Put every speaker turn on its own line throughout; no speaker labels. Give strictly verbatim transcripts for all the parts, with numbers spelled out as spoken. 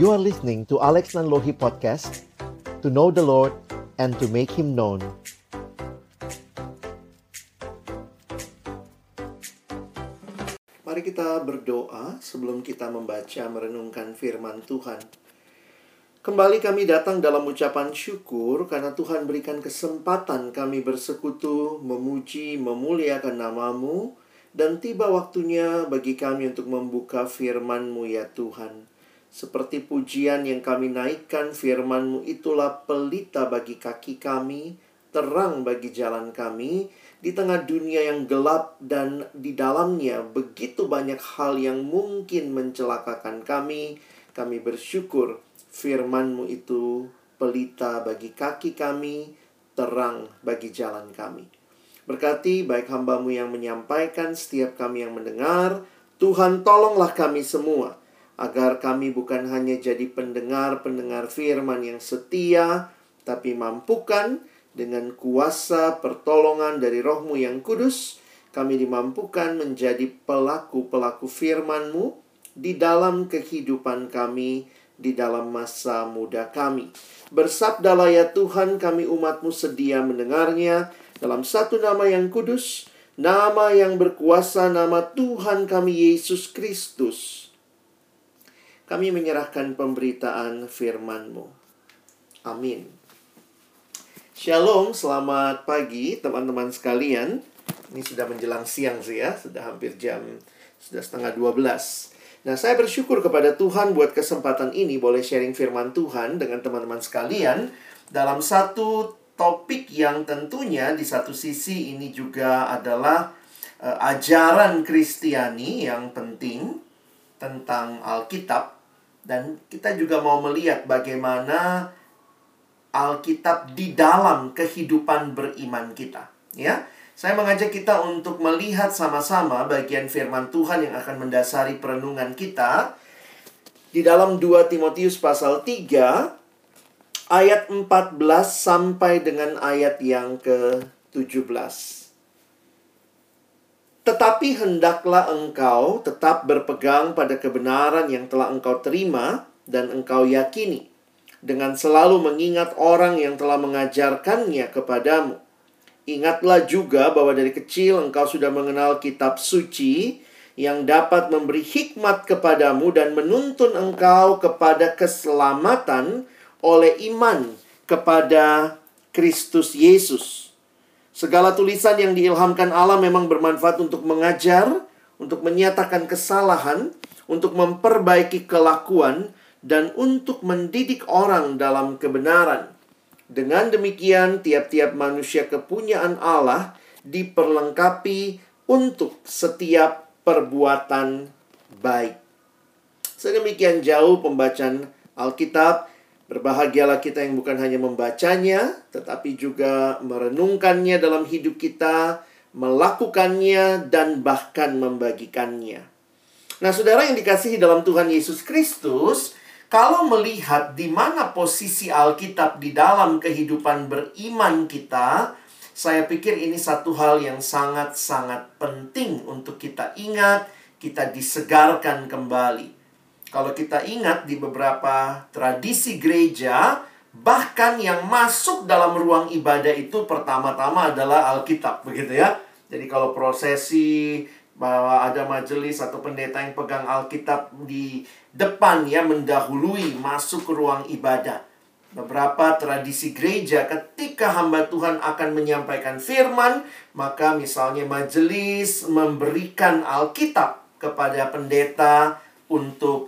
You are listening to Alex Nanlohi Podcast, to know the Lord and to make Him known. Mari kita berdoa sebelum kita membaca merenungkan firman Tuhan. Kembali kami datang dalam ucapan syukur karena Tuhan berikan kesempatan kami bersekutu, memuji, memuliakan nama-Mu, dan tiba waktunya bagi kami untuk membuka firman-Mu ya Tuhan. Seperti pujian yang kami naikkan, firman-Mu itulah pelita bagi kaki kami, terang bagi jalan kami, di tengah dunia yang gelap dan di dalamnya begitu banyak hal yang mungkin mencelakakan kami. Kami bersyukur firman-Mu itu pelita bagi kaki kami, terang bagi jalan kami. Berkati baik hamba-Mu yang menyampaikan, setiap kami yang mendengar. Tuhan, tolonglah kami semua, agar kami bukan hanya jadi pendengar-pendengar firman yang setia, tapi mampukan dengan kuasa pertolongan dari Roh-Mu yang kudus, kami dimampukan menjadi pelaku-pelaku firman-Mu di dalam kehidupan kami, di dalam masa muda kami. Bersabdalah ya Tuhan, kami umat-Mu sedia mendengarnya, dalam satu nama yang kudus, nama yang berkuasa, nama Tuhan kami Yesus Kristus. Kami menyerahkan pemberitaan firman-Mu. Amin. Shalom, selamat pagi teman-teman sekalian. Ini sudah menjelang siang sih ya, sudah hampir jam, sudah setengah dua belas. Nah, saya bersyukur kepada Tuhan buat kesempatan ini boleh sharing firman Tuhan dengan teman-teman sekalian dalam satu topik yang tentunya di satu sisi ini juga adalah uh, ajaran Kristiani yang penting tentang Alkitab. Dan kita juga mau melihat bagaimana Alkitab di dalam kehidupan beriman kita. Ya, saya mengajak kita untuk melihat sama-sama bagian firman Tuhan yang akan mendasari perenungan kita di dalam dua Timotius pasal tiga ayat empat belas sampai dengan ayat yang ke tujuh belas. Tetapi hendaklah engkau tetap berpegang pada kebenaran yang telah engkau terima dan engkau yakini, dengan selalu mengingat orang yang telah mengajarkannya kepadamu. Ingatlah juga bahwa dari kecil engkau sudah mengenal kitab suci yang dapat memberi hikmat kepadamu dan menuntun engkau kepada keselamatan oleh iman kepada Kristus Yesus. Segala tulisan yang diilhamkan Allah memang bermanfaat untuk mengajar, untuk menyatakan kesalahan, untuk memperbaiki kelakuan, dan untuk mendidik orang dalam kebenaran. Dengan demikian, tiap-tiap manusia kepunyaan Allah diperlengkapi untuk setiap perbuatan baik. Sedemikian jauh pembacaan Alkitab. Berbahagialah kita yang bukan hanya membacanya, tetapi juga merenungkannya dalam hidup kita, melakukannya, dan bahkan membagikannya. Nah, saudara yang dikasihi dalam Tuhan Yesus Kristus, kalau melihat di mana posisi Alkitab di dalam kehidupan beriman kita, saya pikir ini satu hal yang sangat-sangat penting untuk kita ingat, kita disegarkan kembali. Kalau kita ingat di beberapa tradisi gereja, bahkan yang masuk dalam ruang ibadah itu pertama-tama adalah Alkitab, begitu ya. Jadi kalau prosesi, bahwa ada majelis atau pendeta yang pegang Alkitab di depan ya, mendahului masuk ke ruang ibadah. Beberapa tradisi gereja ketika hamba Tuhan akan menyampaikan firman, maka misalnya majelis memberikan Alkitab kepada pendeta untuk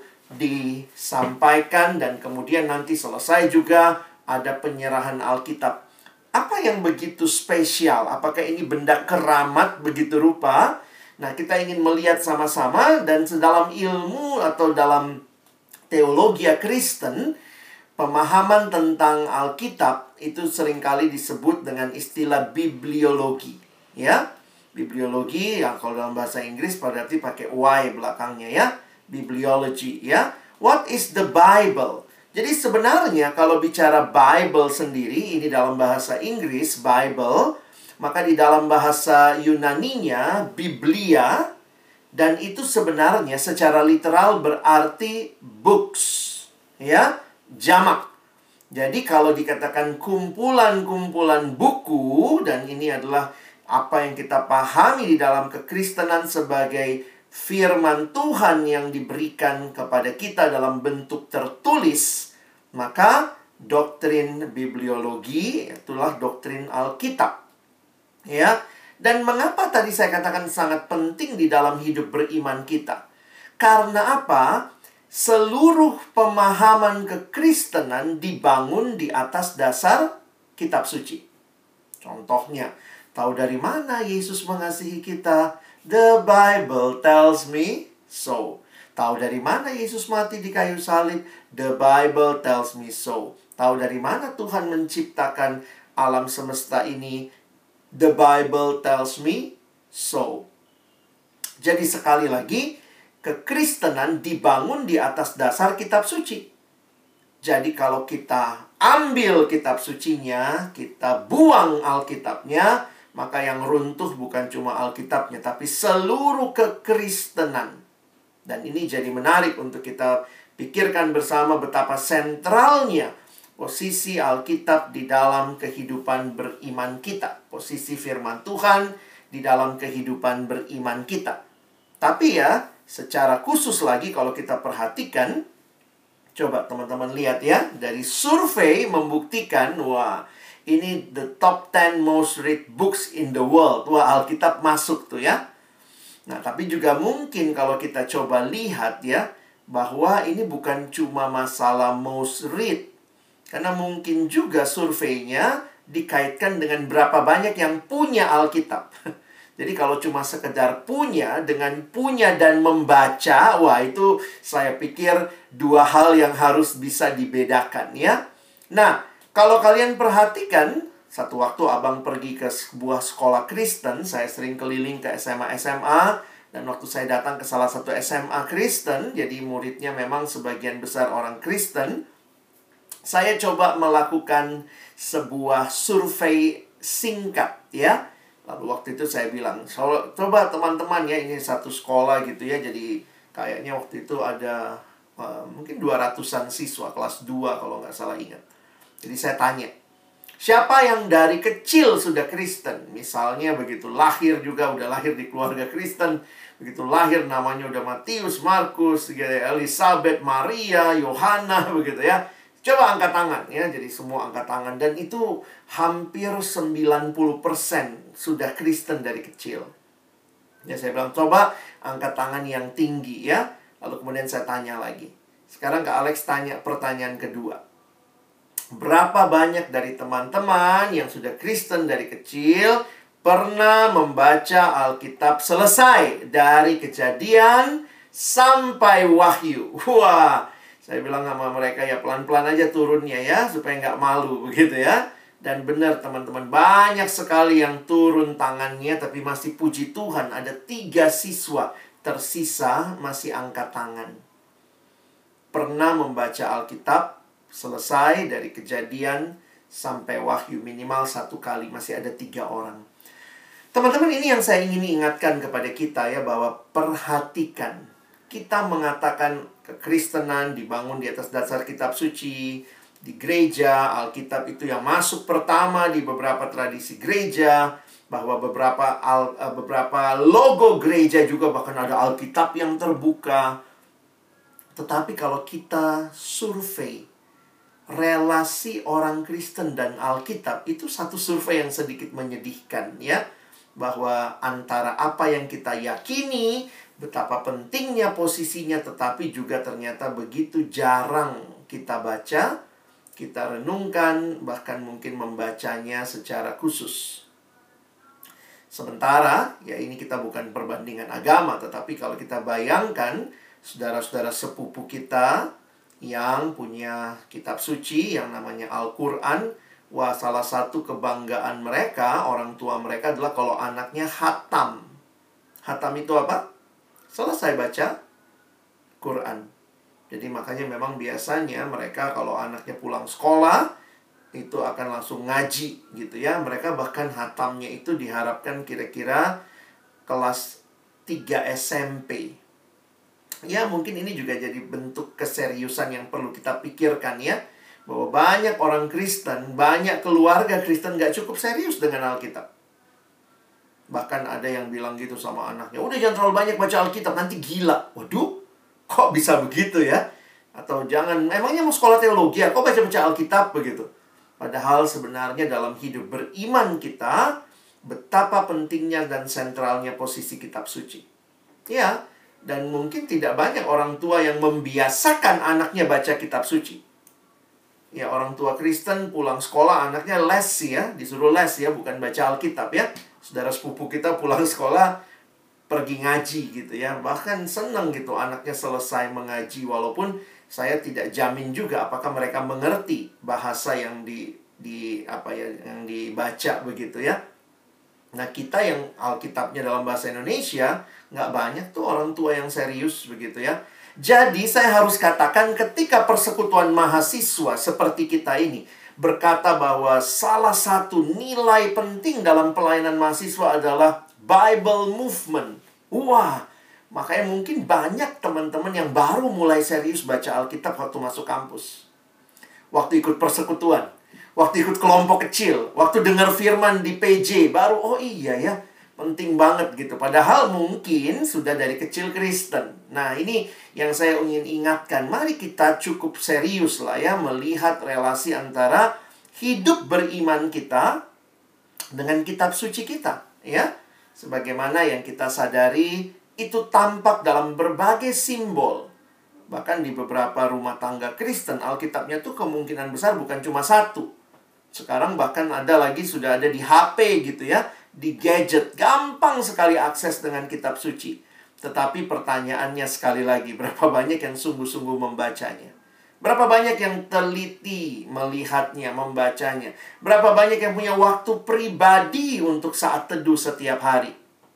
disampaikan, dan kemudian nanti selesai juga ada penyerahan Alkitab. Apa yang begitu spesial? Apakah ini benda keramat begitu rupa? Nah, kita ingin melihat sama-sama, dan dalam ilmu atau dalam teologi Kristen, pemahaman tentang Alkitab itu seringkali disebut dengan istilah bibliologi. Ya, bibliologi yang kalau dalam bahasa Inggris berarti pakai Y belakangnya ya. Bibliology ya. What is the Bible? Jadi sebenarnya kalau bicara Bible sendiri, ini dalam bahasa Inggris Bible, maka di dalam bahasa Yunaninya Biblia, dan itu sebenarnya secara literal berarti books. ya, jamak. Jadi kalau dikatakan kumpulan-kumpulan buku, dan ini adalah apa yang kita pahami di dalam kekristenan sebagai firman Tuhan yang diberikan kepada kita dalam bentuk tertulis, maka doktrin bibliologi itulah doktrin Alkitab. Ya. Dan mengapa tadi saya katakan sangat penting di dalam hidup beriman kita? Karena apa? Seluruh pemahaman kekristenan dibangun di atas dasar kitab suci. Contohnya, tahu dari mana Yesus mengasihi kita? The Bible tells me so. Tahu dari mana Yesus mati di kayu salib? The Bible tells me so. Tahu dari mana Tuhan menciptakan alam semesta ini? The Bible tells me so. Jadi sekali lagi, kekristenan dibangun di atas dasar kitab suci. Jadi kalau kita ambil kitab sucinya, kita buang Alkitabnya, maka yang runtuh bukan cuma Alkitabnya, tapi seluruh kekristenan. Dan ini jadi menarik untuk kita pikirkan bersama betapa sentralnya posisi Alkitab di dalam kehidupan beriman kita. Posisi firman Tuhan di dalam kehidupan beriman kita. Tapi ya, secara khusus lagi kalau kita perhatikan, coba teman-teman lihat ya, dari survei membuktikan, wah, ini the top ten most read books in the world. Wah, Alkitab masuk tuh ya. Nah, tapi juga mungkin kalau kita coba lihat ya, bahwa ini bukan cuma masalah most read. Karena mungkin juga surveinya dikaitkan dengan berapa banyak yang punya Alkitab. Jadi kalau cuma sekedar punya, dengan punya dan membaca, wah itu saya pikir dua hal yang harus bisa dibedakan ya. Nah, kalau kalian perhatikan, satu waktu abang pergi ke sebuah sekolah Kristen, saya sering keliling ke S M A S M A, dan waktu saya datang ke salah satu S M A Kristen, jadi muridnya memang sebagian besar orang Kristen, saya coba melakukan sebuah survei singkat ya. Lalu waktu itu saya bilang, coba teman-teman ya, ini satu sekolah gitu ya. Jadi kayaknya waktu itu ada uh, mungkin dua ratusan siswa kelas dua kalau nggak salah ingat. Jadi saya tanya, siapa yang dari kecil sudah Kristen? Misalnya begitu lahir juga udah lahir di keluarga Kristen. Begitu lahir namanya udah Matius, Markus, Elizabeth, Maria, Yohana begitu ya. Coba angkat tangan ya, jadi semua angkat tangan. Dan itu hampir sembilan puluh persen sudah Kristen dari kecil. Ya saya bilang, coba angkat tangan yang tinggi ya. Lalu kemudian saya tanya lagi. Sekarang Kak Alex tanya pertanyaan kedua. Berapa banyak dari teman-teman yang sudah Kristen dari kecil pernah membaca Alkitab selesai dari Kejadian sampai Wahyu? Wah, saya bilang sama mereka ya pelan-pelan aja turunnya ya, supaya nggak malu begitu ya. Dan benar teman-teman, banyak sekali yang turun tangannya, tapi masih puji Tuhan ada tiga siswa tersisa masih angkat tangan. Pernah membaca Alkitab selesai dari Kejadian sampai Wahyu, minimal satu kali, masih ada tiga orang. Teman-teman, ini yang saya ingin ingatkan kepada kita ya, bahwa perhatikan. Kita mengatakan kekristenan dibangun di atas dasar kitab suci. Di gereja, Alkitab itu yang masuk pertama di beberapa tradisi gereja. Bahwa beberapa, al, beberapa logo gereja juga bahkan ada Alkitab yang terbuka. Tetapi kalau kita survei relasi orang Kristen dan Alkitab, itu satu survei yang sedikit menyedihkan ya. Bahwa antara apa yang kita yakini, betapa pentingnya posisinya, tetapi juga ternyata begitu jarang kita baca, kita renungkan, bahkan mungkin membacanya secara khusus. Sementara, ya ini kita bukan perbandingan agama, tetapi kalau kita bayangkan, saudara-saudara sepupu kita yang punya kitab suci yang namanya Al-Quran, wah, salah satu kebanggaan mereka, orang tua mereka adalah kalau anaknya hatam. Hatam itu apa? Selesai baca Quran. Jadi makanya memang biasanya mereka kalau anaknya pulang sekolah, itu akan langsung ngaji gitu ya. Mereka bahkan hatamnya itu diharapkan kira-kira kelas tiga S M P. Ya, mungkin ini juga jadi bentuk keseriusan yang perlu kita pikirkan ya. Bahwa banyak orang Kristen, banyak keluarga Kristen gak cukup serius dengan Alkitab. Bahkan ada yang bilang gitu sama anaknya, udah jangan terlalu banyak baca Alkitab, nanti gila. Waduh, kok bisa begitu ya? Atau jangan, emangnya mau sekolah teologi ya? Kok baca-baca Alkitab begitu? Padahal sebenarnya dalam hidup beriman kita, betapa pentingnya dan sentralnya posisi kitab suci. Ya, dan mungkin tidak banyak orang tua yang membiasakan anaknya baca kitab suci. Ya, orang tua Kristen pulang sekolah anaknya les ya, disuruh les ya, bukan baca Alkitab ya. Saudara sepupu kita pulang sekolah pergi ngaji gitu ya. Bahkan senang gitu anaknya selesai mengaji, walaupun saya tidak jamin juga apakah mereka mengerti bahasa yang di di apa ya, yang dibaca begitu ya. Nah, kita yang Alkitabnya dalam bahasa Indonesia, nggak banyak tuh orang tua yang serius begitu ya. Jadi, saya harus katakan ketika persekutuan mahasiswa seperti kita ini berkata bahwa salah satu nilai penting dalam pelayanan mahasiswa adalah Bible movement. Wah, makanya mungkin banyak teman-teman yang baru mulai serius baca Alkitab waktu masuk kampus. Waktu ikut persekutuan. Waktu ikut kelompok kecil, waktu dengar firman di P J, baru, oh iya ya, penting banget gitu. Padahal mungkin sudah dari kecil Kristen. Nah, ini yang saya ingin ingatkan. Mari kita cukup serius lah ya, melihat relasi antara hidup beriman kita dengan kitab suci kita. Ya, sebagaimana yang kita sadari, itu tampak dalam berbagai simbol. Bahkan di beberapa rumah tangga Kristen, Alkitabnya tuh kemungkinan besar bukan cuma satu. Sekarang bahkan ada lagi, sudah ada di H P gitu ya, di gadget. Gampang sekali akses dengan kitab suci. Tetapi pertanyaannya sekali lagi, berapa banyak yang sungguh-sungguh membacanya? Berapa banyak yang teliti melihatnya, membacanya? Berapa banyak yang punya waktu pribadi untuk saat teduh setiap hari?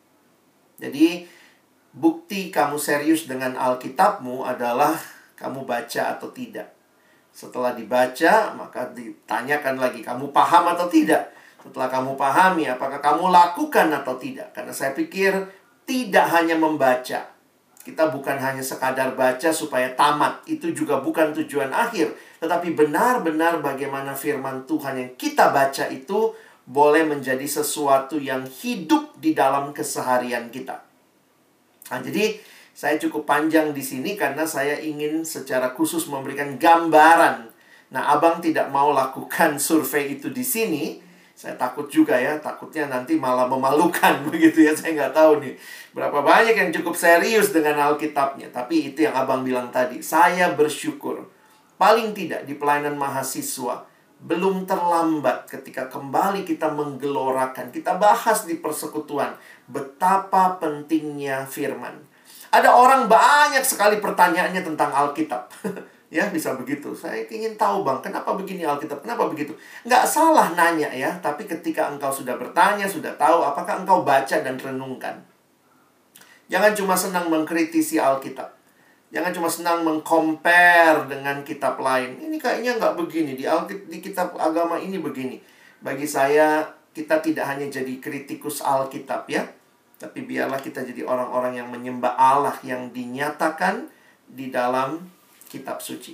Jadi, bukti kamu serius dengan Alkitabmu adalah kamu baca atau tidak. Setelah dibaca, maka ditanyakan lagi, kamu paham atau tidak? Setelah kamu pahami, apakah kamu lakukan atau tidak? Karena saya pikir tidak hanya membaca. Kita bukan hanya sekadar baca supaya tamat. Itu juga bukan tujuan akhir. Tetapi benar-benar bagaimana firman Tuhan yang kita baca itu boleh menjadi sesuatu yang hidup di dalam keseharian kita. Nah, jadi saya cukup panjang di sini karena saya ingin secara khusus memberikan gambaran. Nah, Abang tidak mau lakukan survei itu di sini. Saya takut juga ya, takutnya nanti malah memalukan begitu ya. Saya nggak tahu nih berapa banyak yang cukup serius dengan Alkitabnya. Tapi itu yang Abang bilang tadi. Saya bersyukur. Paling tidak di pelayanan mahasiswa, belum terlambat ketika kembali kita menggelorakan. Kita bahas di persekutuan betapa pentingnya firman. Ada orang banyak sekali pertanyaannya tentang Alkitab. Ya, bisa begitu. Saya ingin tahu, Bang, kenapa begini Alkitab? Kenapa begitu? Nggak salah nanya ya. Tapi ketika engkau sudah bertanya, sudah tahu, apakah engkau baca dan renungkan? Jangan cuma senang mengkritisi Alkitab. Jangan cuma senang meng-compare dengan kitab lain. Ini kayaknya nggak begini. Di Alkitab, di kitab agama ini begini. Bagi saya, kita tidak hanya jadi kritikus Alkitab ya. Tapi biarlah kita jadi orang-orang yang menyembah Allah yang dinyatakan di dalam kitab suci.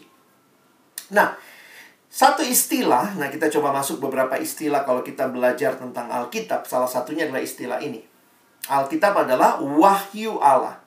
Nah, satu istilah, nah kita coba masuk beberapa istilah kalau kita belajar tentang Alkitab. Salah satunya adalah istilah ini. Alkitab adalah wahyu Allah.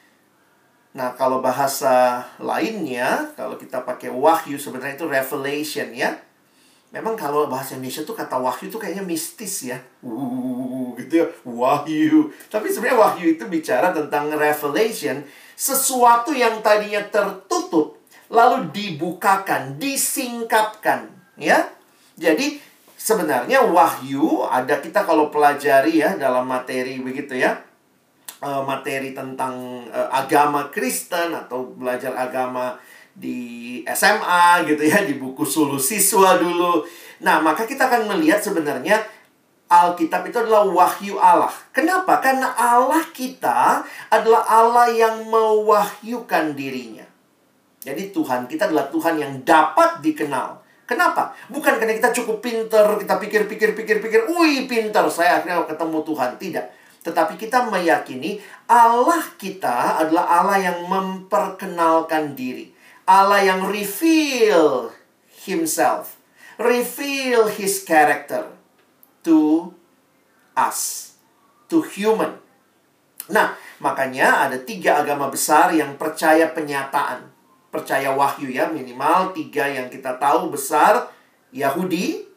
Nah, kalau bahasa lainnya, kalau kita pakai wahyu, sebenarnya itu revelation ya. Memang kalau bahasa Indonesia tuh kata wahyu tuh kayaknya mistis ya. Uh, gitu ya, wahyu. Tapi sebenarnya wahyu itu bicara tentang revelation. Sesuatu yang tadinya tertutup, lalu dibukakan, disingkapkan. Ya. Jadi, sebenarnya wahyu, ada kita kalau pelajari ya dalam materi begitu ya. Uh, materi tentang uh, agama Kristen atau belajar agama di S M A gitu ya, di buku Suluh Siswa dulu. Nah, maka kita akan melihat sebenarnya Alkitab itu adalah wahyu Allah. Kenapa? Karena Allah kita adalah Allah yang mewahyukan dirinya. Jadi Tuhan kita adalah Tuhan yang dapat dikenal. Kenapa? Bukan karena kita cukup pinter, kita pikir-pikir-pikir-pikir, wih pinter, saya akhirnya ketemu Tuhan. Tidak. Tetapi kita meyakini Allah kita adalah Allah yang memperkenalkan diri. Allah yang reveal himself. Reveal his character to us. To human. Nah, makanya ada tiga agama besar yang percaya penyataan. Percaya wahyu ya, minimal tiga yang kita tahu besar. Yahudi,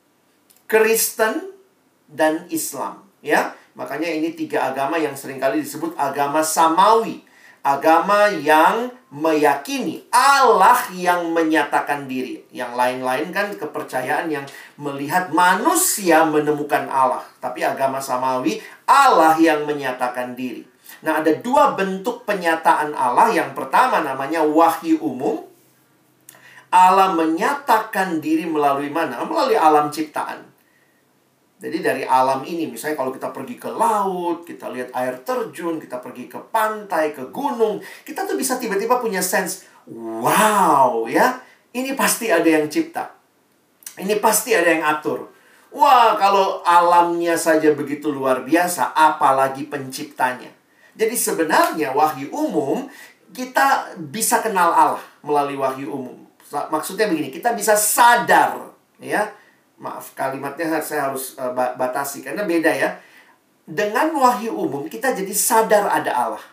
Kristen, dan Islam. Ya, makanya ini tiga agama yang seringkali disebut agama samawi. Agama yang meyakini Allah yang menyatakan diri. Yang lain-lain kan kepercayaan yang melihat manusia menemukan Allah. Tapi agama samawi, Allah yang menyatakan diri. Nah, ada dua bentuk penyataan Allah. Yang pertama namanya wahyu umum. Allah menyatakan diri melalui mana? Melalui alam ciptaan. Jadi dari alam ini, misalnya kalau kita pergi ke laut, kita lihat air terjun, kita pergi ke pantai, ke gunung, kita tuh bisa tiba-tiba punya sense, wow ya, ini pasti ada yang cipta. Ini pasti ada yang atur. Wah, kalau alamnya saja begitu luar biasa, apalagi penciptanya. Jadi sebenarnya wahyu umum, kita bisa kenal Allah melalui wahyu umum. Maksudnya begini, kita bisa sadar, ya. Maaf, kalimatnya saya harus uh, batasi karena beda ya. Dengan wahyu umum kita jadi sadar ada Allah.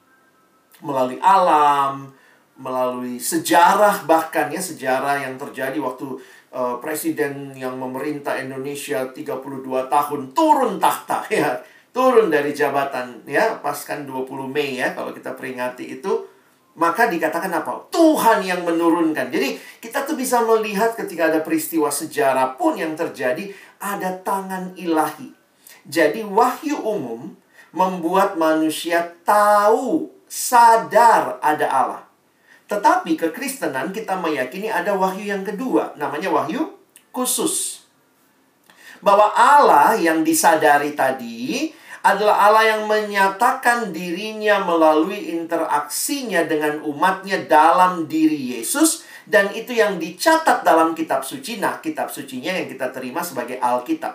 Melalui alam, melalui sejarah, bahkan ya sejarah yang terjadi waktu uh, presiden yang memerintah Indonesia tiga puluh dua tahun turun tahta ya. Turun dari jabatan ya, pas kan dua puluh Mei ya kalau kita peringati itu. Maka dikatakan apa? Tuhan yang menurunkan. Jadi kita tuh bisa melihat ketika ada peristiwa sejarah pun yang terjadi, ada tangan ilahi. Jadi wahyu umum membuat manusia tahu, sadar ada Allah. Tetapi kekristenan kita meyakini ada wahyu yang kedua. Namanya wahyu khusus. Bahwa Allah yang disadari tadi adalah Allah yang menyatakan dirinya melalui interaksinya dengan umatnya dalam diri Yesus. Dan itu yang dicatat dalam kitab suci. Nah, kitab sucinya yang kita terima sebagai Alkitab.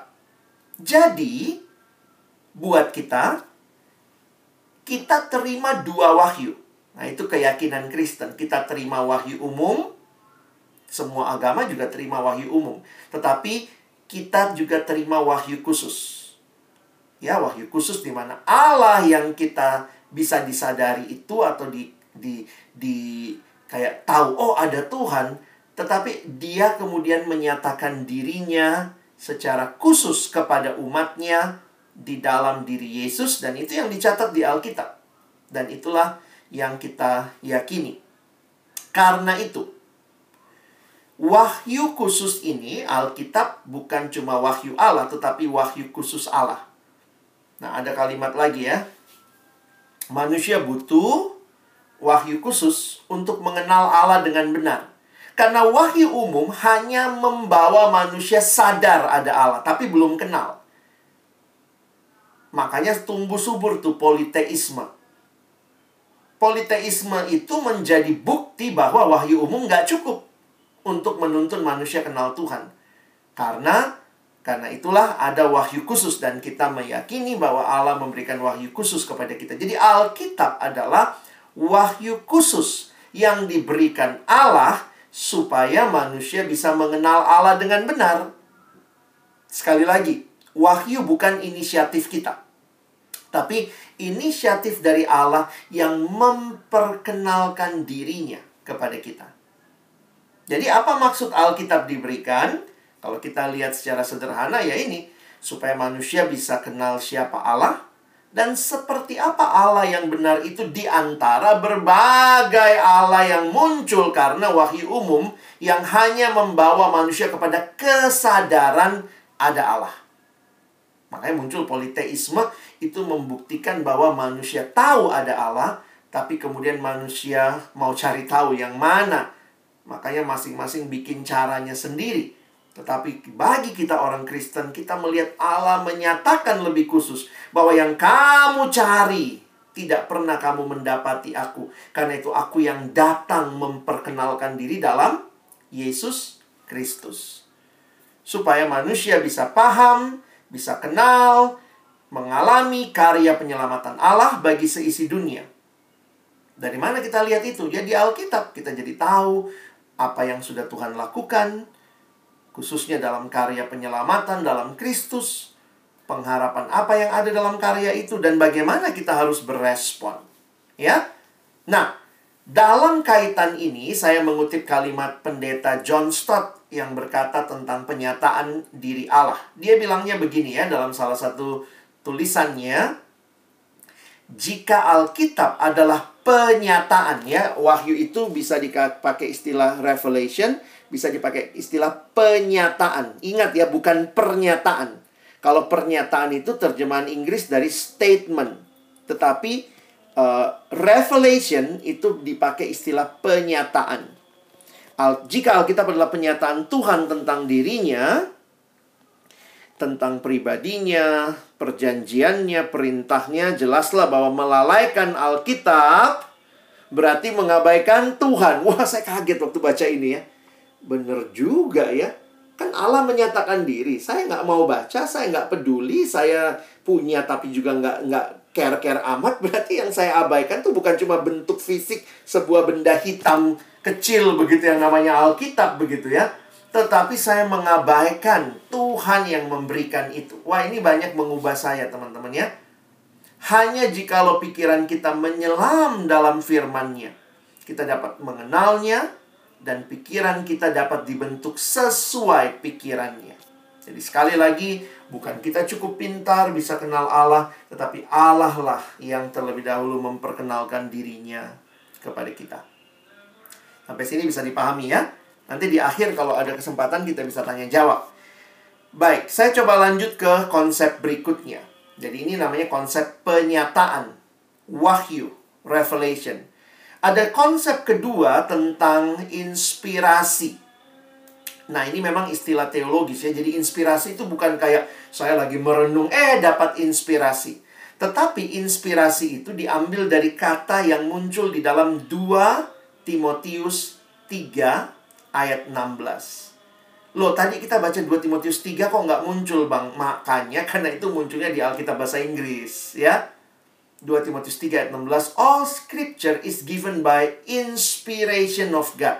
Jadi, buat kita, kita terima dua wahyu. Nah, itu keyakinan Kristen. Kita terima wahyu umum. Semua agama juga terima wahyu umum. Tetapi, kita juga terima wahyu khusus. Ya, wahyu khusus di mana Allah yang kita bisa disadari itu atau di di di kayak tahu oh ada Tuhan, tetapi dia kemudian menyatakan dirinya secara khusus kepada umatnya di dalam diri Yesus, dan itu yang dicatat di Alkitab. Dan itulah yang kita yakini. Karena itu, wahyu khusus ini, Alkitab bukan cuma wahyu Allah, tetapi wahyu khusus Allah. Nah, ada kalimat lagi ya. Manusia butuh wahyu khusus untuk mengenal Allah dengan benar. Karena wahyu umum hanya membawa manusia sadar ada Allah, tapi belum kenal. Makanya tumbuh subur tuh politeisme. Politeisme itu menjadi bukti bahwa wahyu umum nggak cukup untuk menuntun manusia kenal Tuhan. Karena Karena itulah ada wahyu khusus, dan kita meyakini bahwa Allah memberikan wahyu khusus kepada kita. Jadi Alkitab adalah wahyu khusus yang diberikan Allah supaya manusia bisa mengenal Allah dengan benar. Sekali lagi, wahyu bukan inisiatif kita, tapi inisiatif dari Allah yang memperkenalkan dirinya kepada kita. Jadi apa maksud Alkitab diberikan? Kalau kita lihat secara sederhana ya ini, supaya manusia bisa kenal siapa Allah dan seperti apa Allah yang benar itu di antara berbagai Allah yang muncul karena wahyu umum yang hanya membawa manusia kepada kesadaran ada Allah. Makanya muncul politeisme, itu membuktikan bahwa manusia tahu ada Allah, tapi kemudian manusia mau cari tahu yang mana. Makanya masing-masing bikin caranya sendiri. Tetapi bagi kita orang Kristen, kita melihat Allah menyatakan lebih khusus bahwa yang kamu cari tidak pernah kamu mendapati aku. Karena itu aku yang datang memperkenalkan diri dalam Yesus Kristus. Supaya manusia bisa paham, bisa kenal, mengalami karya penyelamatan Allah bagi seisi dunia. Dari mana kita lihat itu? Ya di Alkitab kita jadi tahu apa yang sudah Tuhan lakukan, khususnya dalam karya penyelamatan dalam Kristus, pengharapan apa yang ada dalam karya itu, dan bagaimana kita harus berespon. Ya. Nah, dalam kaitan ini saya mengutip kalimat pendeta John Stott yang berkata tentang penyataan diri Allah. Dia bilangnya begini ya dalam salah satu tulisannya, jika Alkitab adalah penyataan ya, wahyu itu bisa dipakai istilah revelation, bisa dipakai istilah penyataan. Ingat ya, bukan pernyataan. Kalau pernyataan itu terjemahan Inggris dari statement, tetapi Uh, revelation itu dipakai istilah penyataan. Al jika Alkitab adalah penyataan Tuhan tentang dirinya, tentang pribadinya, perjanjiannya, perintahnya, jelaslah bahwa melalaikan Alkitab berarti mengabaikan Tuhan. Wah, saya kaget waktu baca ini ya. Bener juga ya. Kan Allah menyatakan diri. Saya nggak mau baca, saya nggak peduli, saya punya tapi juga nggak nggak care-care amat. Berarti yang saya abaikan tuh bukan cuma bentuk fisik sebuah benda hitam kecil begitu yang namanya Alkitab begitu ya, tetapi saya mengabaikan Tuhan yang memberikan itu. Wah, ini banyak mengubah saya teman-teman ya. Hanya jikalau pikiran kita menyelam dalam firman-Nya, kita dapat mengenalnya, dan pikiran kita dapat dibentuk sesuai pikirannya. Jadi sekali lagi, bukan kita cukup pintar bisa kenal Allah, tetapi Allah lah yang terlebih dahulu memperkenalkan dirinya kepada kita. Sampai sini bisa dipahami ya. Nanti di akhir kalau ada kesempatan kita bisa tanya jawab. Baik, saya coba lanjut ke konsep berikutnya. Jadi ini namanya konsep penyataan, wahyu, revelation. Ada konsep kedua tentang inspirasi. Nah, ini memang istilah teologis ya. Jadi inspirasi itu bukan kayak saya lagi merenung, eh dapat inspirasi. Tetapi inspirasi itu diambil dari kata yang muncul di dalam dua Timotius tiga ayat enam belas. Loh, tadi kita baca dua Timotius tiga kok nggak muncul, Bang? Makanya karena itu munculnya di Alkitab bahasa Inggris ya. dua Timotius tiga ayat enam belas. All scripture is given by inspiration of God.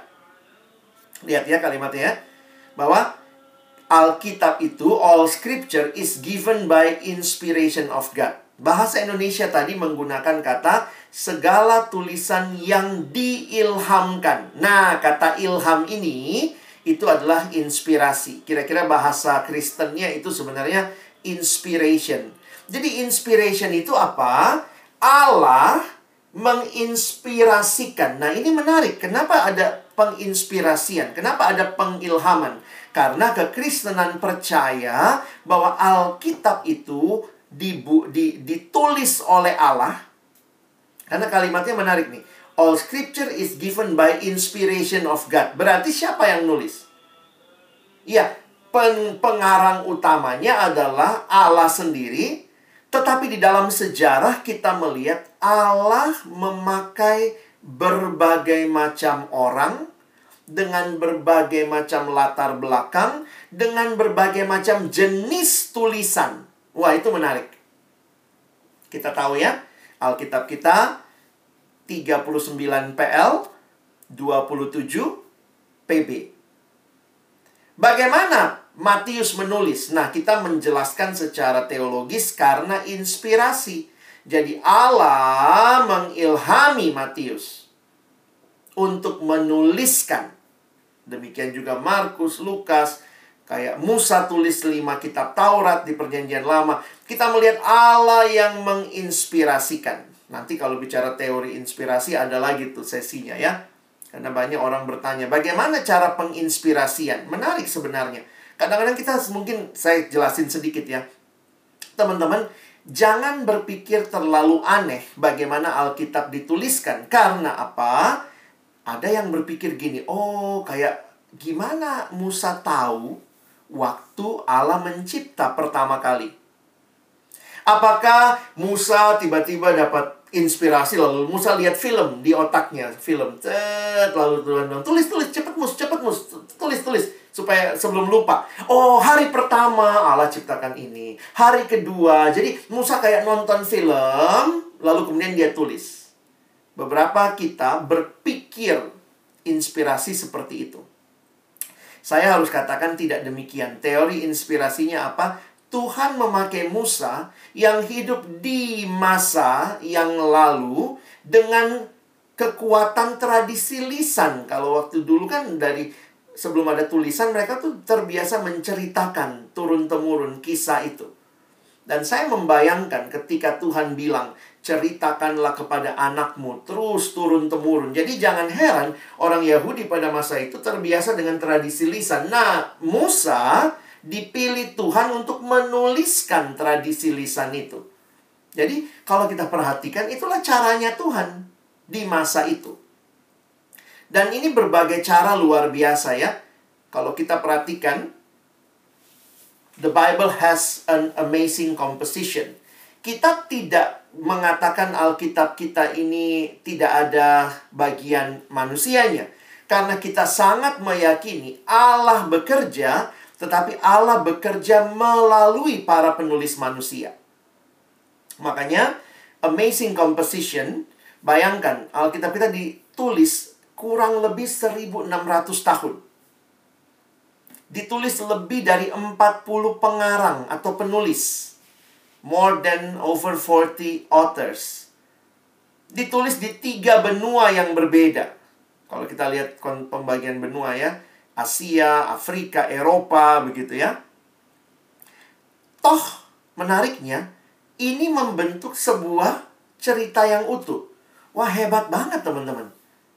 Lihat ya kalimatnya ya. Bahwa Alkitab itu, all scripture is given by inspiration of God. Bahasa Indonesia tadi menggunakan kata segala tulisan yang diilhamkan. Nah, kata ilham ini itu adalah inspirasi. Kira-kira bahasa Kristennya itu sebenarnya inspiration. Jadi inspiration itu apa? Allah menginspirasikan. Nah, ini menarik. Kenapa ada penginspirasian? Kenapa ada pengilhaman? Karena kekristenan percaya bahwa Alkitab itu dibu di, ditulis oleh Allah. Karena kalimatnya menarik nih. All scripture is given by inspiration of God. Berarti siapa yang nulis? Ya, pen pengarang utamanya adalah Allah sendiri. Tetapi di dalam sejarah kita melihat Allah memakai berbagai macam orang dengan berbagai macam latar belakang, dengan berbagai macam jenis tulisan. Wah, itu menarik. Kita tahu ya, Alkitab kita tiga puluh sembilan P L, dua puluh tujuh P B. Bagaimana Matius menulis? Nah, kita menjelaskan secara teologis karena inspirasi. Jadi Allah mengilhami Matius untuk menuliskan. Demikian juga Markus, Lukas, kayak Musa tulis lima kitab Taurat di Perjanjian Lama. Kita melihat Allah yang menginspirasikan. Nanti kalau bicara teori inspirasi ada lagi tuh sesinya ya. Karena banyak orang bertanya, bagaimana cara penginspirasian? Menarik sebenarnya. Kadang-kadang kita mungkin, saya jelasin sedikit ya. Teman-teman, jangan berpikir terlalu aneh bagaimana Alkitab dituliskan. Karena apa? Ada yang berpikir gini, oh kayak gimana Musa tahu waktu Allah mencipta pertama kali? Apakah Musa tiba-tiba dapat inspirasi lalu Musa lihat film di otaknya, film, cet, lalu Tuhan bilang, tulis, tulis, cepet mus, cepet mus, tulis, tulis. Supaya sebelum lupa. Oh, hari pertama Allah ciptakan ini. Hari kedua. Jadi Musa kayak nonton film, lalu kemudian dia tulis. Beberapa kita berpikir inspirasi seperti itu. Saya harus katakan tidak demikian. Teori inspirasinya apa? Tuhan memakai Musa yang hidup di masa yang lalu dengan kekuatan tradisi lisan. Kalau waktu dulu kan dari sebelum ada tulisan, mereka tuh terbiasa menceritakan turun-temurun kisah itu. Dan saya membayangkan ketika Tuhan bilang, ceritakanlah kepada anakmu, terus turun-temurun. Jadi jangan heran, orang Yahudi pada masa itu terbiasa dengan tradisi lisan. Nah, Musa dipilih Tuhan untuk menuliskan tradisi lisan itu. Jadi, kalau kita perhatikan, itulah caranya Tuhan di masa itu. Dan ini berbagai cara luar biasa ya. Kalau kita perhatikan, the Bible has an amazing composition. Kita tidak mengatakan Alkitab kita ini tidak ada bagian manusianya. Karena kita sangat meyakini Allah bekerja, tetapi Allah bekerja melalui para penulis manusia. Makanya, amazing composition, bayangkan Alkitab kita ditulis kurang lebih seribu enam ratus tahun. Ditulis lebih dari empat puluh pengarang atau penulis. More than over forty authors. Ditulis di tiga benua yang berbeda. Kalau kita lihat pembagian benua ya. Asia, Afrika, Eropa, begitu ya. Toh, menariknya, ini membentuk sebuah cerita yang utuh. Wah, hebat banget teman-teman.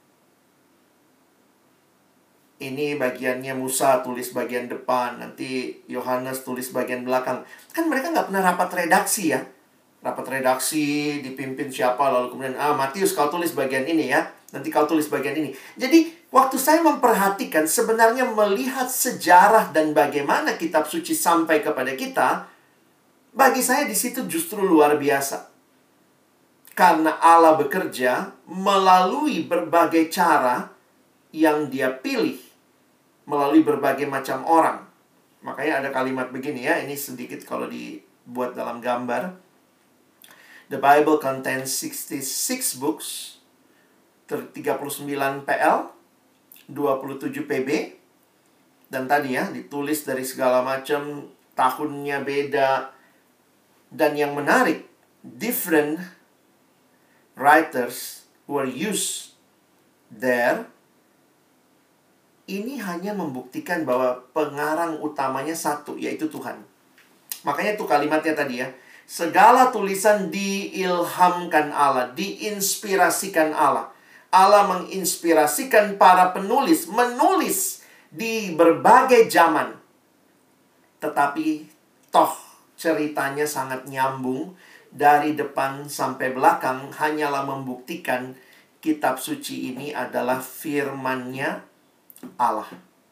Ini bagiannya Musa tulis bagian depan, nanti Yohanes tulis bagian belakang. Kan mereka nggak pernah rapat redaksi ya. Rapat redaksi, dipimpin siapa, lalu kemudian, ah Matius kau tulis bagian ini ya, nanti kau tulis bagian ini. Jadi, waktu saya memperhatikan, sebenarnya melihat sejarah dan bagaimana kitab suci sampai kepada kita, bagi saya di situ justru luar biasa. Karena Allah bekerja melalui berbagai cara yang dia pilih. Melalui berbagai macam orang. Makanya ada kalimat begini ya. Ini sedikit kalau dibuat dalam gambar. The Bible contains sixty-six books. tiga puluh sembilan P L. dua puluh tujuh P B. Dan tadi ya, ditulis dari segala macam. Tahunnya beda. Dan yang menarik, different writers were used there. Ini hanya membuktikan bahwa pengarang utamanya satu, yaitu Tuhan. Makanya itu kalimatnya tadi ya. Segala tulisan diilhamkan Allah, diinspirasikan Allah. Allah menginspirasikan para penulis, menulis di berbagai zaman. Tetapi toh ceritanya sangat nyambung. Dari depan sampai belakang hanyalah membuktikan kitab suci ini adalah firman-Nya Allah.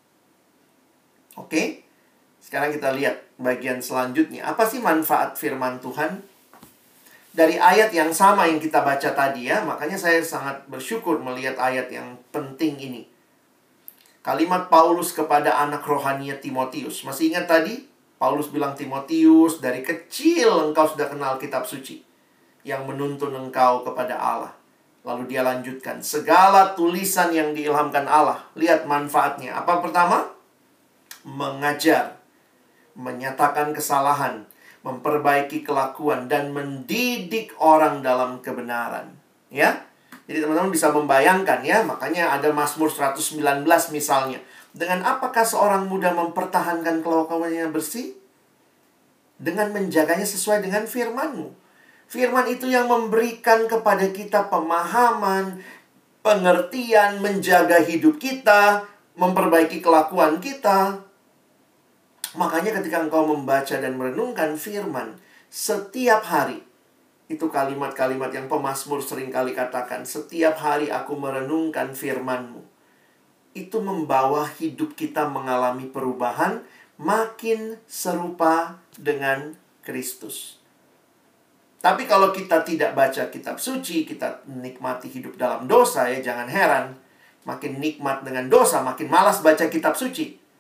Oke? Sekarang kita lihat bagian selanjutnya. Apa sih manfaat firman Tuhan? Dari ayat yang sama yang kita baca tadi ya. Makanya saya sangat bersyukur melihat ayat yang penting ini. Kalimat Paulus kepada anak rohaninya Timotius. Masih ingat tadi? Paulus bilang, Timotius, dari kecil engkau sudah kenal kitab suci yang menuntun engkau kepada Allah. Lalu dia lanjutkan, segala tulisan yang diilhamkan Allah. Lihat manfaatnya. Apa pertama? Mengajar, menyatakan kesalahan, memperbaiki kelakuan, dan mendidik orang dalam kebenaran. Ya, jadi teman-teman bisa membayangkan ya. Makanya ada Mazmur seratus sembilan belas misalnya. Dengan apakah seorang muda mempertahankan kelakuannya bersih? Dengan menjaganya sesuai dengan firman-Mu. Firman itu yang memberikan kepada kita pemahaman, pengertian, menjaga hidup kita, memperbaiki kelakuan kita. Makanya ketika engkau membaca dan merenungkan firman setiap hari, itu kalimat-kalimat yang pemazmur seringkali katakan, setiap hari aku merenungkan firman-Mu. Itu membawa hidup kita mengalami perubahan, makin serupa dengan Kristus. Tapi kalau kita tidak baca kitab suci, kita nikmati hidup dalam dosa ya, jangan heran. Makin nikmat dengan dosa, makin malas baca kitab suci.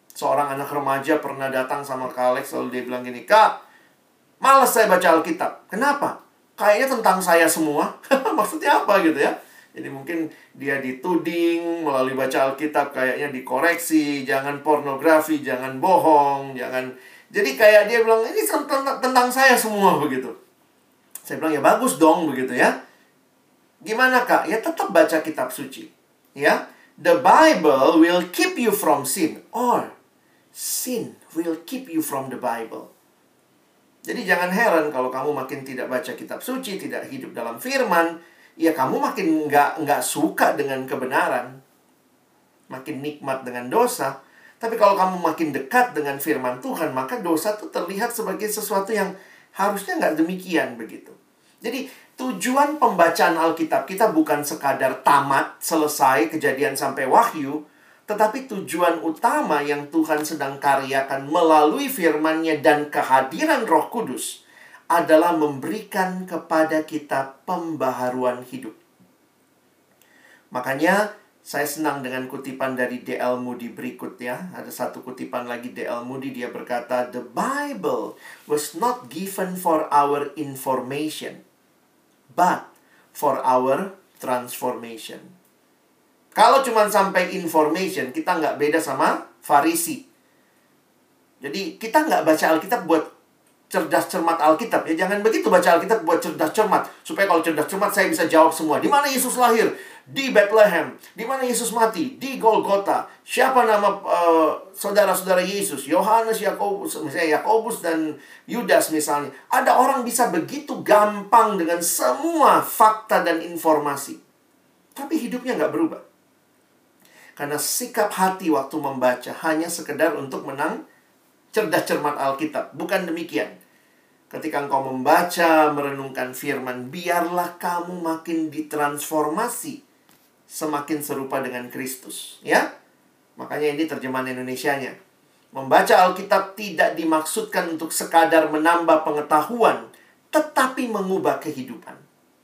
Seorang anak remaja pernah datang sama Kak Alex, lalu dia bilang gini, "Kak, malas saya baca Alkitab." "Kenapa?" "Kayaknya tentang saya semua." Maksudnya apa gitu ya? Jadi mungkin dia dituding melalui baca Alkitab, kayaknya dikoreksi, jangan pornografi, jangan bohong, jangan... Jadi kayak dia bilang, ini tentang, tentang saya semua begitu. Saya bilang, ya bagus dong begitu ya. Gimana Kak? Ya tetap baca kitab suci. Ya, the Bible will keep you from sin, or sin will keep you from the Bible. Jadi jangan heran kalau kamu makin tidak baca kitab suci, tidak hidup dalam firman, ya kamu makin nggak nggak suka dengan kebenaran, makin nikmat dengan dosa. Tapi kalau kamu makin dekat dengan firman Tuhan, maka dosa itu terlihat sebagai sesuatu yang harusnya nggak demikian begitu. Jadi tujuan pembacaan Alkitab kita bukan sekadar tamat, selesai, Kejadian sampai Wahyu, tetapi tujuan utama yang Tuhan sedang karyakan melalui firman-Nya dan kehadiran Roh Kudus adalah memberikan kepada kita pembaharuan hidup. Makanya saya senang dengan kutipan dari D L Moody berikut ya. Ada satu kutipan lagi D L Moody, dia berkata, "The Bible was not given for our information, but for our transformation." Kalau cuma sampai information, kita nggak beda sama Farisi. Jadi kita nggak baca Alkitab buat cerdas cermat Alkitab ya. Jangan begitu baca Alkitab buat cerdas cermat. Supaya kalau cerdas cermat saya bisa jawab semua. Di mana Yesus lahir? Di Bethlehem. Di mana Yesus mati? Di Golgota. Siapa nama uh, saudara-saudara Yesus? Yohanes, Yakobus, misalnya Yakobus dan Yudas misalnya. Ada orang bisa begitu gampang dengan semua fakta dan informasi. Tapi hidupnya nggak berubah. Karena sikap hati waktu membaca hanya sekedar untuk menang cerdas cermat Alkitab. Bukan demikian. Ketika engkau membaca, merenungkan firman, biarlah kamu makin ditransformasi semakin serupa dengan Kristus, ya. Makanya ini terjemahan Indonesianya. Membaca Alkitab tidak dimaksudkan untuk sekadar menambah pengetahuan, tetapi mengubah kehidupan.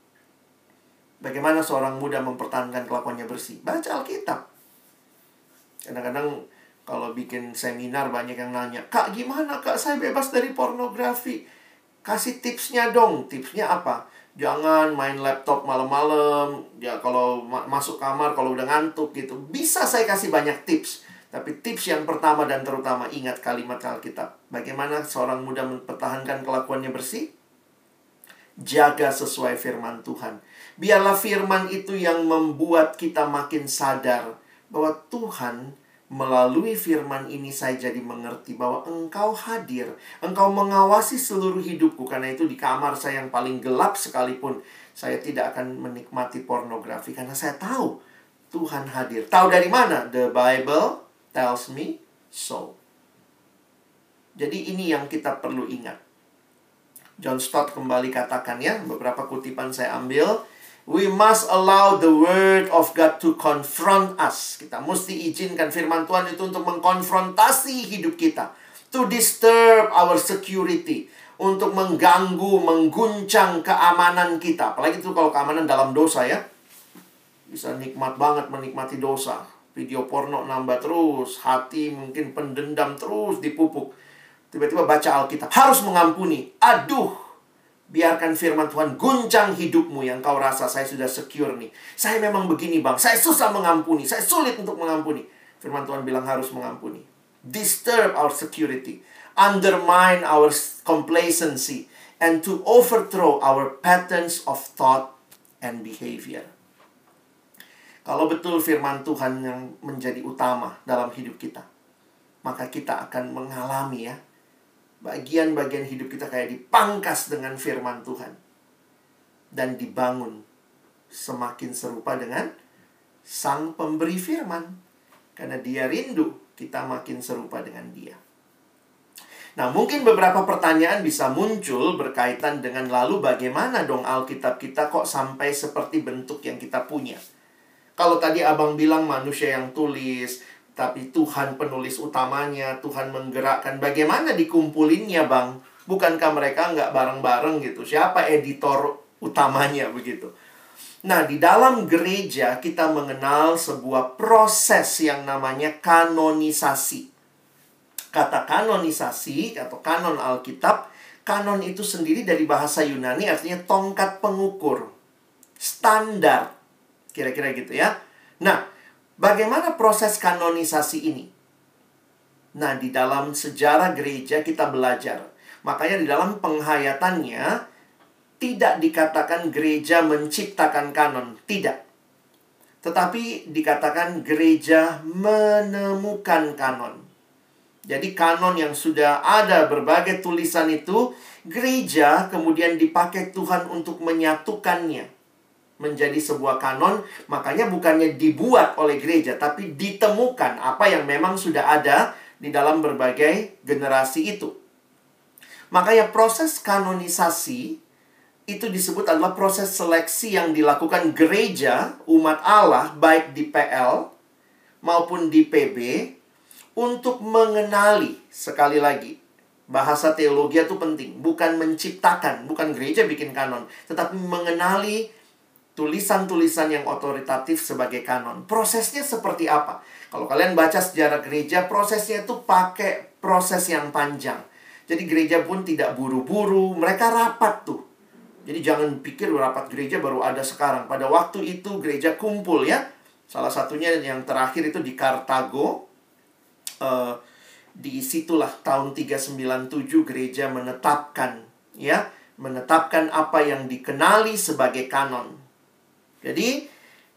Bagaimana seorang muda mempertahankan kelakuannya bersih? Baca Alkitab. Kadang-kadang kalau bikin seminar banyak yang nanya, "Kak, gimana Kak saya bebas dari pornografi?" Kasih tipsnya dong. Tipsnya apa? Jangan main laptop malam-malam. Ya kalau ma masuk kamar kalau udah ngantuk gitu. Bisa saya kasih banyak tips. Tapi tips yang pertama dan terutama, ingat kalimat Alkitab. Bagaimana seorang muda mempertahankan kelakuannya bersih? Jaga sesuai firman Tuhan. Biarlah firman itu yang membuat kita makin sadar bahwa Tuhan, melalui firman ini saya jadi mengerti bahwa Engkau hadir. Engkau mengawasi seluruh hidupku. Karena itu di kamar saya yang paling gelap sekalipun, saya tidak akan menikmati pornografi. Karena saya tahu Tuhan hadir. Tahu dari mana? The Bible tells me so. Jadi ini yang kita perlu ingat. John Stott kembali katakan ya, beberapa kutipan saya ambil. We must allow the word of God to confront us. Kita mesti izinkan firman Tuhan itu untuk mengkonfrontasi hidup kita. To disturb our security. Untuk mengganggu, mengguncang keamanan kita. Apalagi itu kalau keamanan dalam dosa ya. Bisa nikmat banget menikmati dosa. Video porno nambah terus. Hati mungkin pendendam terus dipupuk. Tiba-tiba baca Alkitab. Harus mengampuni. Aduh. Biarkan firman Tuhan guncang hidupmu yang kau rasa, saya sudah secure nih. Saya memang begini bang, saya susah mengampuni, saya sulit untuk mengampuni. Firman Tuhan bilang harus mengampuni. Disturb our security, undermine our complacency, and to overthrow our patterns of thought and behavior. Kalau betul firman Tuhan yang menjadi utama dalam hidup kita, maka kita akan mengalami ya, bagian-bagian hidup kita kayak dipangkas dengan firman Tuhan. Dan dibangun semakin serupa dengan Sang Pemberi Firman. Karena Dia rindu kita makin serupa dengan Dia. Nah, mungkin beberapa pertanyaan bisa muncul berkaitan dengan lalu bagaimana dong Alkitab kita kok sampai seperti bentuk yang kita punya. Kalau tadi abang bilang manusia yang tulis, tapi Tuhan penulis utamanya, Tuhan menggerakkan. Bagaimana dikumpulinnya bang? Bukankah mereka nggak bareng-bareng gitu? Siapa editor utamanya begitu? Nah, di dalam gereja kita mengenal sebuah proses yang namanya kanonisasi. Kata kanonisasi atau kanon Alkitab, kanon itu sendiri dari bahasa Yunani artinya tongkat pengukur, standar, kira-kira gitu ya. Nah, bagaimana proses kanonisasi ini? Nah, di dalam sejarah gereja kita belajar. Makanya di dalam penghayatannya tidak dikatakan gereja menciptakan kanon, tidak. Tetapi dikatakan gereja menemukan kanon. Jadi kanon yang sudah ada berbagai tulisan itu, gereja kemudian dipakai Tuhan untuk menyatukannya menjadi sebuah kanon. Makanya bukannya dibuat oleh gereja, tapi ditemukan apa yang memang sudah ada di dalam berbagai generasi itu. Makanya proses kanonisasi itu disebut adalah proses seleksi yang dilakukan gereja, umat Allah, baik di P L maupun di P B, untuk mengenali, sekali lagi, bahasa teologi itu penting. Bukan menciptakan, bukan gereja bikin kanon, tetapi mengenali tulisan-tulisan yang otoritatif sebagai kanon. Prosesnya seperti apa? Kalau kalian baca sejarah gereja, prosesnya itu pakai proses yang panjang. Jadi gereja pun tidak buru-buru, mereka rapat tuh. Jadi jangan pikir rapat gereja baru ada sekarang. Pada waktu itu gereja kumpul ya. Salah satunya yang terakhir itu di Kartago. Uh, di situlah tahun tiga sembilan tujuh gereja menetapkan ya, menetapkan apa yang dikenali sebagai kanon. Jadi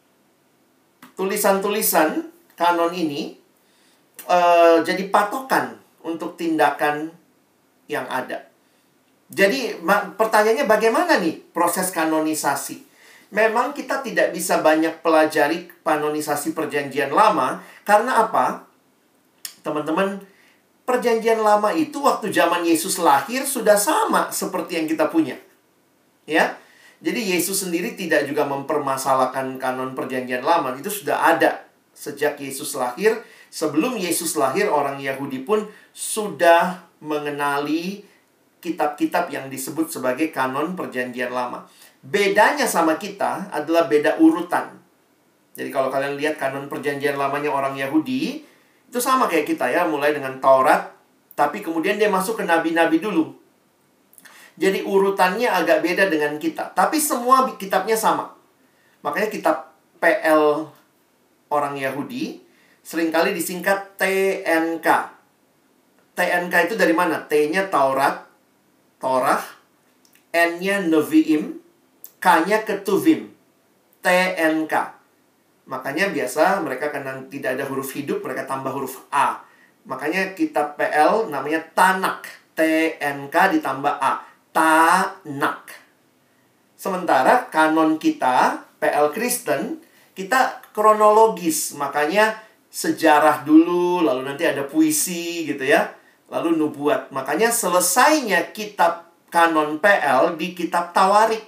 tulisan-tulisan kanon ini uh, jadi patokan untuk tindakan yang ada. Jadi pertanyaannya bagaimana nih proses kanonisasi? Memang kita tidak bisa banyak pelajari kanonisasi perjanjian lama. Karena apa? Teman-teman, perjanjian lama itu waktu zaman Yesus lahir sudah sama seperti yang kita punya. Ya. Jadi Yesus sendiri tidak juga mempermasalahkan kanon perjanjian lama. Itu sudah ada sejak Yesus lahir. Sebelum Yesus lahir, orang Yahudi pun sudah mengenali kitab-kitab yang disebut sebagai kanon perjanjian lama. Bedanya sama kita adalah beda urutan. Jadi kalau kalian lihat kanon perjanjian lamanya orang Yahudi, itu sama kayak kita ya, mulai dengan Taurat, tapi kemudian dia masuk ke nabi-nabi dulu. Jadi urutannya agak beda dengan kita, tapi semua kitabnya sama. Makanya kitab P L orang Yahudi seringkali disingkat T N K. T N K itu dari mana? T-nya Taurat, Torah, N-nya Nevi'im, K-nya Ketuvim, T N K. Makanya biasa mereka karena tidak ada huruf hidup, mereka tambah huruf A. Makanya kitab P L namanya Tanak. T N K ditambah A. Tanak. Sementara kanon kita, P L Kristen, kita kronologis. Makanya sejarah dulu, lalu nanti ada puisi gitu ya. Lalu nubuat. Makanya selesainya kitab kanon P L di kitab Tawarik.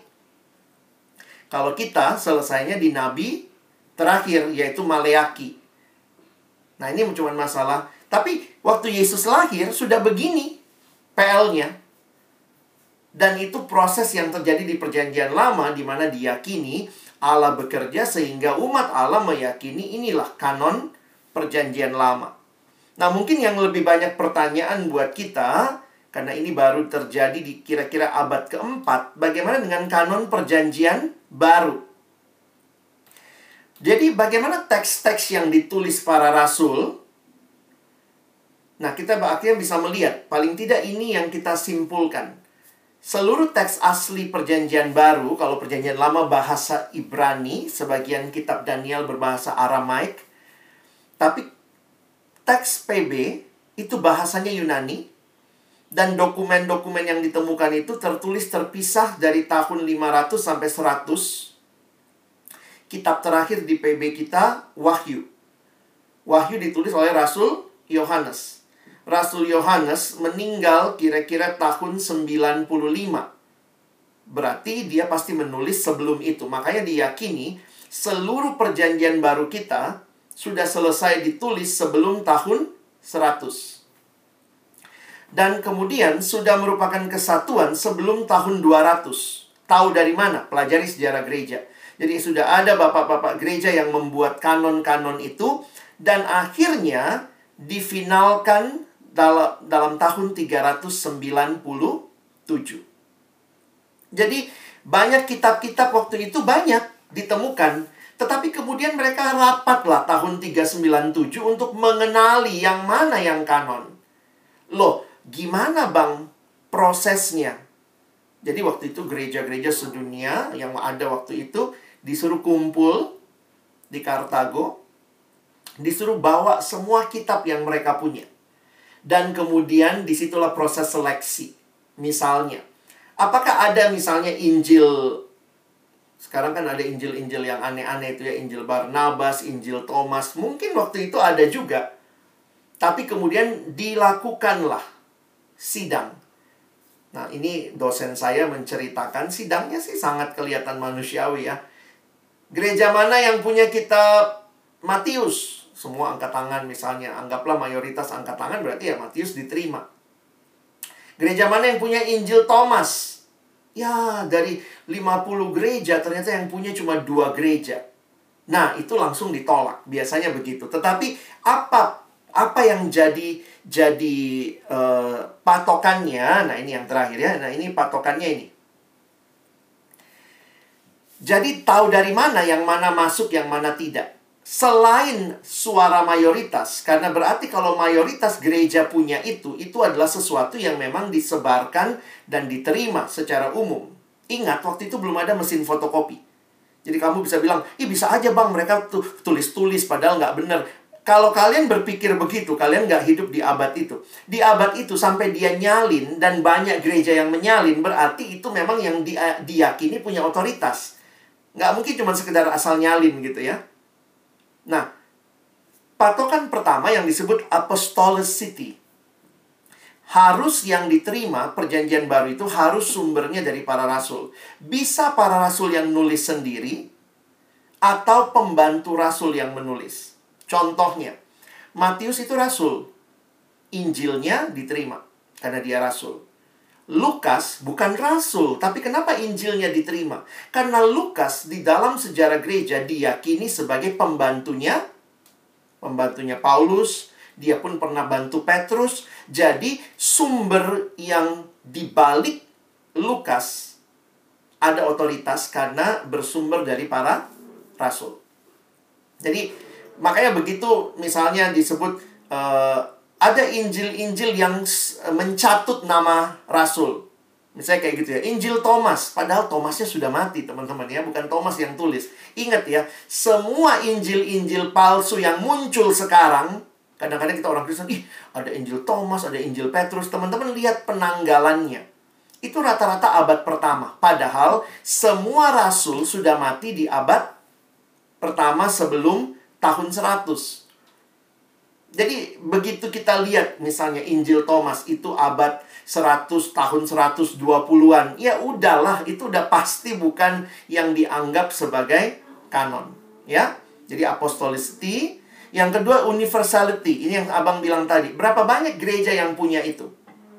Kalau kita selesainya di Nabi terakhir, yaitu Maleaki. Nah, ini cuma masalah. Tapi waktu Yesus lahir, sudah begini P L-nya. Dan itu proses yang terjadi di perjanjian lama, di mana diyakini Allah bekerja sehingga umat Allah meyakini inilah kanon perjanjian lama. Nah, mungkin yang lebih banyak pertanyaan buat kita, karena ini baru terjadi di kira-kira abad keempat, bagaimana dengan kanon perjanjian baru? Jadi bagaimana teks-teks yang ditulis para rasul? Nah, kita akhirnya bisa melihat, paling tidak ini yang kita simpulkan. Seluruh teks asli perjanjian baru, kalau perjanjian lama bahasa Ibrani, sebagian kitab Daniel berbahasa Aramaik. Tapi teks P B itu bahasanya Yunani. Dan dokumen-dokumen yang ditemukan itu tertulis terpisah dari tahun lima ratus sampai seratus. Kitab terakhir di P B kita, Wahyu. Wahyu ditulis oleh Rasul Yohanes. Rasul Yohanes meninggal kira-kira tahun sembilan puluh lima. Berarti dia pasti menulis sebelum itu. Makanya diyakini seluruh perjanjian baru kita sudah selesai ditulis sebelum tahun seratus. Dan kemudian sudah merupakan kesatuan sebelum tahun dua ratus. Tahu dari mana? Pelajari sejarah gereja. Jadi sudah ada bapak-bapak gereja yang membuat kanon-kanon itu. Dan akhirnya difinalkan dalam, dalam tahun tiga ratus sembilan puluh tujuh. Jadi banyak kitab-kitab waktu itu banyak ditemukan. Tetapi kemudian mereka rapatlah tahun tiga ratus sembilan puluh tujuh untuk mengenali yang mana yang kanon. Loh, gimana bang prosesnya? Jadi waktu itu gereja-gereja sedunia yang ada waktu itu disuruh kumpul di Kartago. Disuruh bawa semua kitab yang mereka punya. Dan kemudian disitulah proses seleksi. Misalnya, apakah ada misalnya Injil, sekarang kan ada Injil-Injil yang aneh-aneh itu ya, Injil Barnabas, Injil Thomas. Mungkin waktu itu ada juga. Tapi kemudian dilakukanlah sidang. Nah, ini dosen saya menceritakan sidangnya sih sangat kelihatan manusiawi ya. Gereja mana yang punya kitab Matius? Semua angkat tangan misalnya. Anggaplah mayoritas angkat tangan, berarti ya Matius diterima. Gereja mana yang punya Injil Thomas? Ya, dari lima puluh gereja ternyata yang punya cuma dua gereja. Nah, itu langsung ditolak. Biasanya begitu. Tetapi apa apa yang jadi jadi uh, patokannya? Nah, ini yang terakhir ya. Nah, ini patokannya ini. Jadi tahu dari mana yang mana masuk, yang mana tidak. Selain suara mayoritas, karena berarti kalau mayoritas gereja punya itu, itu adalah sesuatu yang memang disebarkan dan diterima secara umum. Ingat, waktu itu belum ada mesin fotokopi. Jadi kamu bisa bilang, ih bisa aja bang, mereka tuh tulis-tulis padahal nggak benar. Kalau kalian berpikir begitu, kalian nggak hidup di abad itu. Di abad itu sampai dia nyalin dan banyak gereja yang menyalin, berarti itu memang yang di, diyakini punya otoritas. Nggak mungkin cuma sekedar asal nyalin gitu ya. Nah, patokan pertama yang disebut apostolicity. Harus yang diterima perjanjian baru itu harus sumbernya dari para rasul. Bisa para rasul yang nulis sendiri atau pembantu rasul yang menulis. Contohnya, Matius itu rasul. Injilnya diterima karena dia rasul. Lukas bukan rasul, tapi kenapa Injilnya diterima? Karena Lukas di dalam sejarah gereja diyakini sebagai pembantunya, pembantunya Paulus. Dia pun pernah bantu Petrus. Jadi sumber yang dibalik Lukas ada otoritas karena bersumber dari para rasul. Jadi makanya begitu misalnya disebut uh, ada Injil-Injil yang mencatut nama rasul. Misalnya kayak gitu ya, Injil Thomas. Padahal Thomasnya sudah mati, teman-teman ya. Bukan Thomas yang tulis. Ingat ya, semua Injil-Injil palsu yang muncul sekarang, kadang-kadang kita orang Kristen, ih ada Injil Thomas, ada Injil Petrus. Teman-teman lihat penanggalannya. Itu rata-rata abad pertama. Padahal semua rasul sudah mati di abad pertama sebelum tahun seratus. Jadi begitu kita lihat misalnya Injil Thomas itu abad seratus, tahun seratus dua puluhan. Ya udahlah, itu udah pasti bukan yang dianggap sebagai kanon. Ya, jadi apostolicity. Yang kedua universality. Ini yang abang bilang tadi. Berapa banyak gereja yang punya itu?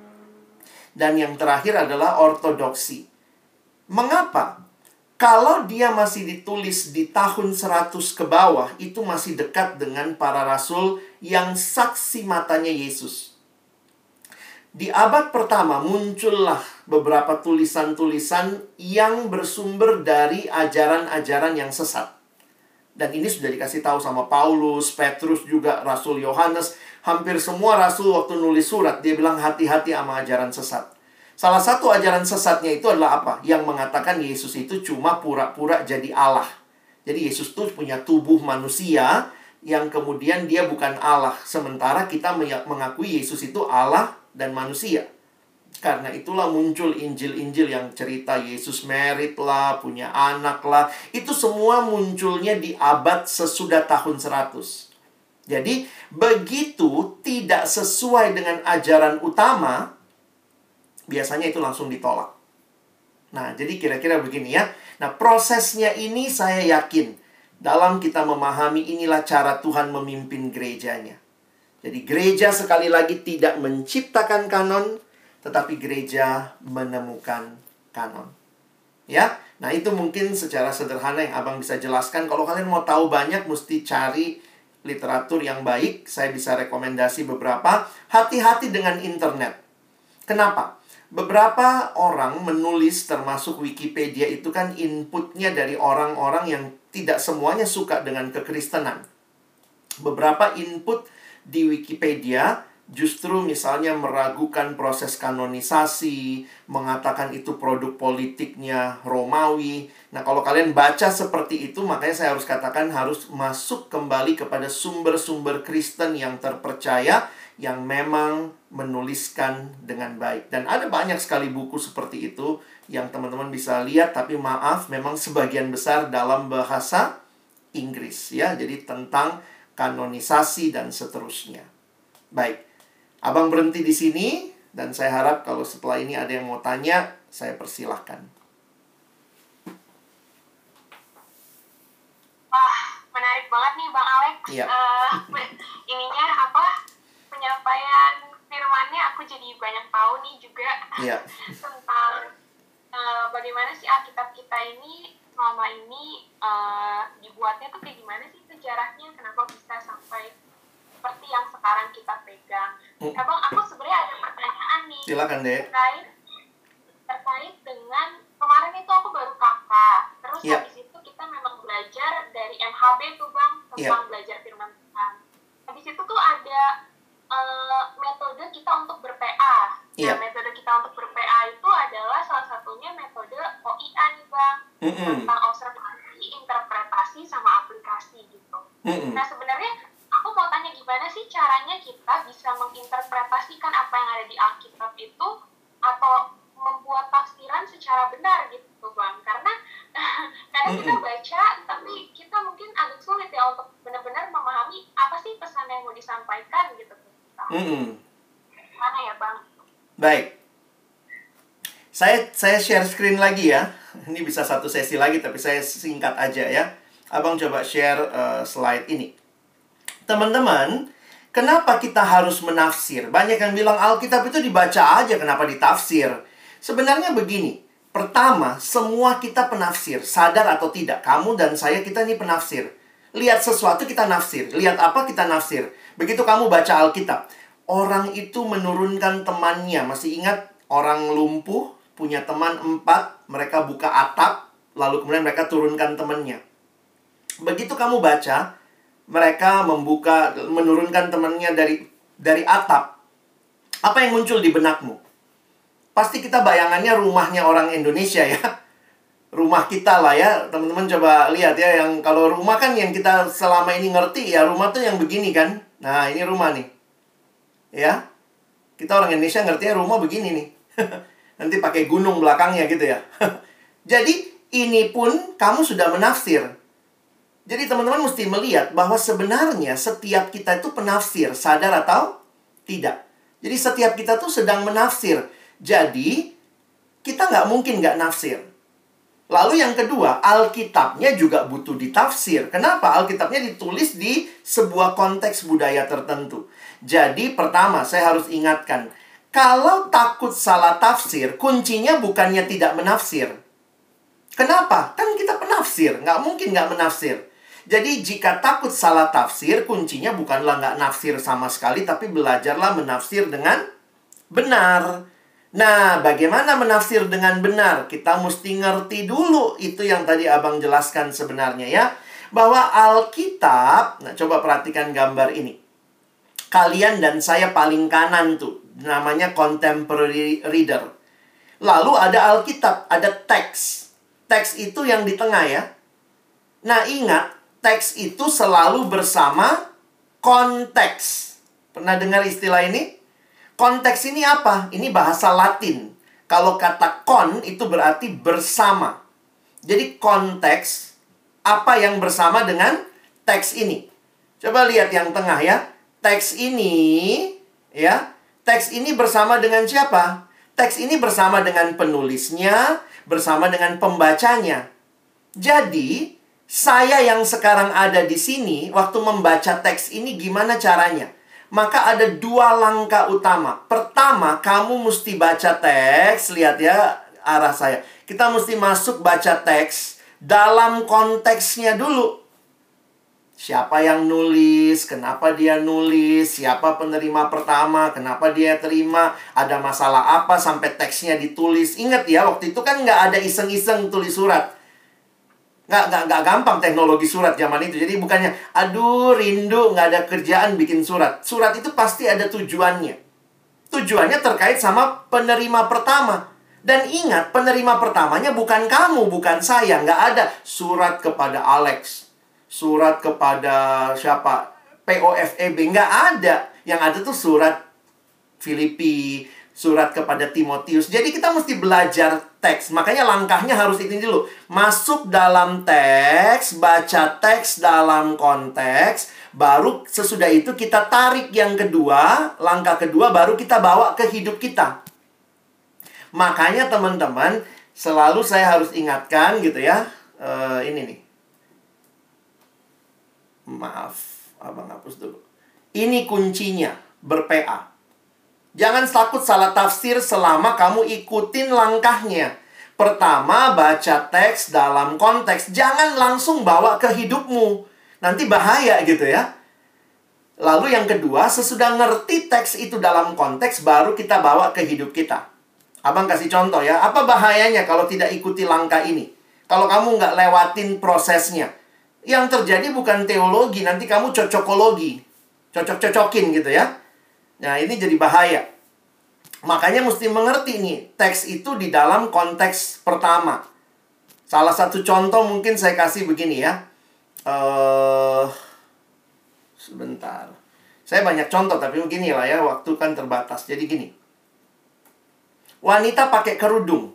Dan yang terakhir adalah ortodoksi. Mengapa? Kalau dia masih ditulis di tahun seratus ke bawah, itu masih dekat dengan para rasul yang saksi matanya Yesus. Di abad pertama muncullah beberapa tulisan-tulisan yang bersumber dari ajaran-ajaran yang sesat. Dan ini sudah dikasih tahu sama Paulus, Petrus juga, Rasul Yohanes. Hampir semua rasul waktu nulis surat, dia bilang hati-hati sama ajaran sesat. Salah satu ajaran sesatnya itu adalah apa? Yang mengatakan Yesus itu cuma pura-pura jadi Allah. Jadi Yesus itu punya tubuh manusia yang kemudian dia bukan Allah. Sementara kita mengakui Yesus itu Allah dan manusia. Karena itulah muncul Injil-Injil yang cerita Yesus merit lah, punya anak lah. Itu semua munculnya di abad sesudah tahun seratus. Jadi begitu tidak sesuai dengan ajaran utama, biasanya itu langsung ditolak. Nah, jadi kira-kira begini ya. Nah, prosesnya ini saya yakin dalam kita memahami inilah cara Tuhan memimpin gerejanya. Jadi gereja sekali lagi tidak menciptakan kanon, tetapi gereja menemukan kanon. Ya, nah itu mungkin secara sederhana yang abang bisa jelaskan. Kalau kalian mau tahu banyak, mesti cari literatur yang baik. Saya bisa rekomendasi beberapa. Hati-hati dengan internet. Kenapa? Beberapa orang menulis, termasuk Wikipedia, itu kan inputnya dari orang-orang yang tidak semuanya suka dengan kekristenan. Beberapa input di Wikipedia justru misalnya meragukan proses kanonisasi, mengatakan itu produk politiknya Romawi. Nah, kalau kalian baca seperti itu, makanya saya harus katakan harus masuk kembali kepada sumber-sumber Kristen yang terpercaya, yang memang menuliskan dengan baik. Dan ada banyak sekali buku seperti itu yang teman-teman bisa lihat, tapi maaf, memang sebagian besar dalam bahasa Inggris, ya. Jadi tentang kanonisasi dan seterusnya. Baik, Abang berhenti di sini, dan saya harap kalau setelah ini ada yang mau tanya, saya persilahkan.
Wah, menarik banget nih Bang Alex.
Iya.
Uh, ininya apa? Penyampaian firman-nya aku jadi banyak tahu nih juga.
Iya.
Tentang uh, bagaimana sih Alkitab kita ini selama ini uh, dibuatnya tuh kayak gimana sih sejarahnya, kenapa bisa sampai seperti yang sekarang kita pegang. Hmm. Nah, Bang, aku sebenarnya ada pertanyaan nih.
Silakan, Dek.
Terkait, terkait dengan, kemarin itu aku baru kakak. Terus yeah. habis itu kita memang belajar dari M H B tuh, Bang, tentang yeah. belajar firman Tuhan. Habis itu tuh ada uh, metode kita untuk ber-P A. Yeah. Nah, metode kita untuk ber-P A itu adalah salah satunya metode O I A nih, Bang. Mm-hmm. Tentang observasi, interpretasi, sama aplikasi gitu. Mm-hmm. Nah, sebenarnya aku mau tanya gimana sih caranya kita bisa menginterpretasikan apa yang ada di Alkitab itu atau membuat tafsiran secara benar gitu, Bang. Karena kadang mm-hmm. kita baca tapi kita mungkin agak sulit ya untuk benar-benar memahami apa sih pesan yang mau disampaikan gitu. Mm-hmm. Mana ya, Bang?
Baik. Saya saya share screen lagi ya. Ini bisa satu sesi lagi tapi saya singkat aja ya. Abang coba share uh, slide ini. Teman-teman, kenapa kita harus menafsir? Banyak yang bilang Alkitab itu dibaca aja, kenapa ditafsir? Sebenarnya begini. Pertama, semua kita penafsir, sadar atau tidak. Kamu dan saya, kita ini penafsir. Lihat sesuatu, kita nafsir. Lihat apa, kita nafsir. Begitu kamu baca Alkitab. Orang itu menurunkan temannya. Masih ingat orang lumpuh, punya teman empat. Mereka buka atap, lalu kemudian mereka turunkan temannya. Begitu kamu baca, mereka membuka, menurunkan temannya dari dari atap. Apa yang muncul di benakmu? Pasti kita bayangannya rumahnya orang Indonesia ya. Rumah kita lah ya. Teman-teman coba lihat ya. Yang kalau rumah kan yang kita selama ini ngerti ya. Rumah tuh yang begini kan. Nah ini rumah nih. Ya. Kita orang Indonesia ngertinya rumah begini nih. Nanti pakai gunung belakangnya gitu ya. Jadi ini pun kamu sudah menafsir. Jadi teman-teman mesti melihat bahwa sebenarnya setiap kita itu penafsir, sadar atau tidak. Jadi setiap kita tuh sedang menafsir. Jadi kita nggak mungkin nggak nafsir. Lalu yang kedua, Alkitabnya juga butuh ditafsir. Kenapa? Alkitabnya ditulis di sebuah konteks budaya tertentu. Jadi pertama saya harus ingatkan, kalau takut salah tafsir, kuncinya bukannya tidak menafsir. Kenapa? Kan kita penafsir, nggak mungkin nggak menafsir. Jadi jika takut salah tafsir, kuncinya bukanlah nggak nafsir sama sekali, tapi belajarlah menafsir dengan benar. Nah, bagaimana menafsir dengan benar? Kita mesti ngerti dulu itu yang tadi Abang jelaskan sebenarnya ya. Bahwa Alkitab, nah coba perhatikan gambar ini. Kalian dan saya paling kanan tuh, namanya contemporary reader. Lalu ada Alkitab, ada teks. Teks itu yang di tengah ya. Nah, ingat, teks itu selalu bersama konteks. Pernah dengar istilah ini? Konteks ini apa? Ini bahasa Latin. Kalau kata kon itu berarti bersama. Jadi konteks apa yang bersama dengan teks ini. Coba lihat yang tengah ya. Teks ini ya, teks ini bersama dengan siapa? Teks ini bersama dengan penulisnya, bersama dengan pembacanya. Jadi saya yang sekarang ada di sini, waktu membaca teks ini gimana caranya? Maka ada dua langkah utama. Pertama, kamu mesti baca teks. Lihat ya arah saya. Kita mesti masuk baca teks dalam konteksnya dulu. Siapa yang nulis, kenapa dia nulis, siapa penerima pertama, kenapa dia terima, ada masalah apa sampai teksnya ditulis. Ingat ya, waktu itu kan nggak ada iseng-iseng tulis surat. Nggak, nggak, nggak gampang teknologi surat zaman itu. Jadi bukannya, aduh rindu nggak ada kerjaan bikin surat. Surat itu pasti ada tujuannya. Tujuannya terkait sama penerima pertama. Dan ingat, penerima pertamanya bukan kamu, bukan saya. Nggak ada surat kepada Alex, surat kepada siapa, P O F E B. Nggak ada. Yang ada tuh surat Filipi, surat kepada Timotius. Jadi kita mesti belajar teks. Makanya langkahnya harus ini dulu. Masuk dalam teks, baca teks dalam konteks. Baru sesudah itu kita tarik yang kedua. Langkah kedua baru kita bawa ke hidup kita. Makanya teman-teman, selalu saya harus ingatkan gitu ya. Uh, ini nih. Maaf, abang hapus dulu. Ini kuncinya, ber-P A. Jangan takut salah tafsir selama kamu ikutin langkahnya. Pertama, baca teks dalam konteks. Jangan langsung bawa ke hidupmu. Nanti bahaya gitu ya. Lalu yang kedua, sesudah ngerti teks itu dalam konteks, baru kita bawa ke hidup kita. Abang kasih contoh ya. Apa bahayanya kalau tidak ikuti langkah ini? Kalau kamu nggak lewatin prosesnya. Yang terjadi bukan teologi, nanti kamu cocokologi. Cocok-cocokin gitu ya. Nah, ini jadi bahaya. Makanya mesti mengerti nih, teks itu di dalam konteks pertama. Salah satu contoh mungkin saya kasih begini ya. Uh, sebentar. Saya banyak contoh, tapi begini lah ya, waktu kan terbatas. Jadi gini. Wanita pakai kerudung.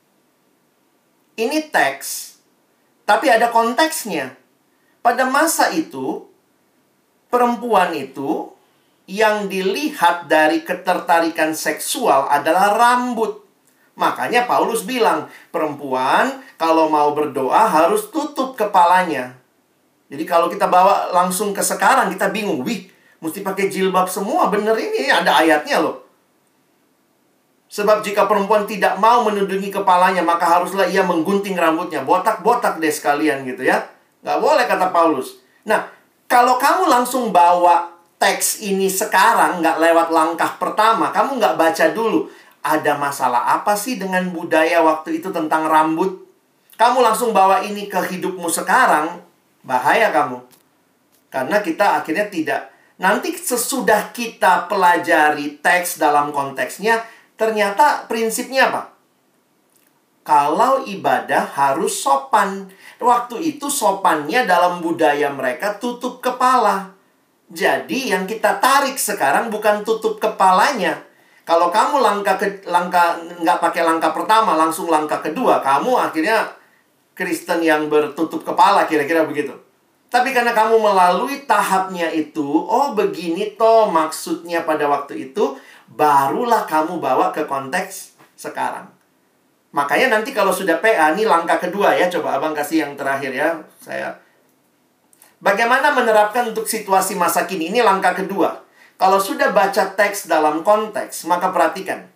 Ini teks, tapi ada konteksnya. Pada masa itu, perempuan itu yang dilihat dari ketertarikan seksual adalah rambut. Makanya Paulus bilang, perempuan kalau mau berdoa harus tutup kepalanya. Jadi kalau kita bawa langsung ke sekarang, kita bingung. Wih, mesti pakai jilbab semua. Bener ini, ada ayatnya loh. Sebab jika perempuan tidak mau menundungi kepalanya, maka haruslah ia menggunting rambutnya. Botak-botak deh sekalian gitu ya. Nggak boleh kata Paulus. Nah, kalau kamu langsung bawa teks ini sekarang, nggak lewat langkah pertama, kamu nggak baca dulu. Ada masalah apa sih dengan budaya waktu itu tentang rambut? Kamu langsung bawa ini ke hidupmu sekarang, bahaya kamu. Karena kita akhirnya tidak. Nanti sesudah kita pelajari teks dalam konteksnya, ternyata prinsipnya apa? Kalau ibadah harus sopan. Waktu itu sopannya dalam budaya mereka tutup kepala. Jadi yang kita tarik sekarang bukan tutup kepalanya. Kalau kamu langkah ke, langkah nggak pakai langkah pertama, langsung langkah kedua, kamu akhirnya Kristen yang bertutup kepala, kira-kira begitu. Tapi karena kamu melalui tahapnya itu, oh begini toh maksudnya pada waktu itu, barulah kamu bawa ke konteks sekarang. Makanya nanti kalau sudah P A, ini langkah kedua ya. Coba abang kasih yang terakhir ya. Saya bagaimana menerapkan untuk situasi masa kini? Ini langkah kedua. Kalau sudah baca teks dalam konteks, maka perhatikan.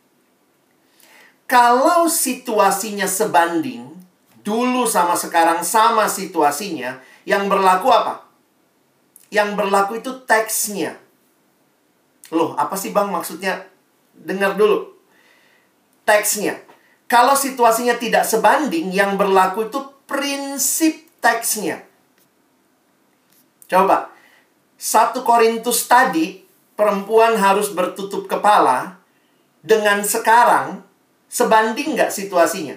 Kalau situasinya sebanding, dulu sama sekarang sama situasinya, yang berlaku apa? Yang berlaku itu teksnya. Loh, apa sih bang maksudnya? Dengar dulu. Teksnya. Kalau situasinya tidak sebanding, yang berlaku itu prinsip teksnya. Coba. satu Korintus tadi, perempuan harus bertutup kepala. Dengan sekarang, sebanding nggak situasinya?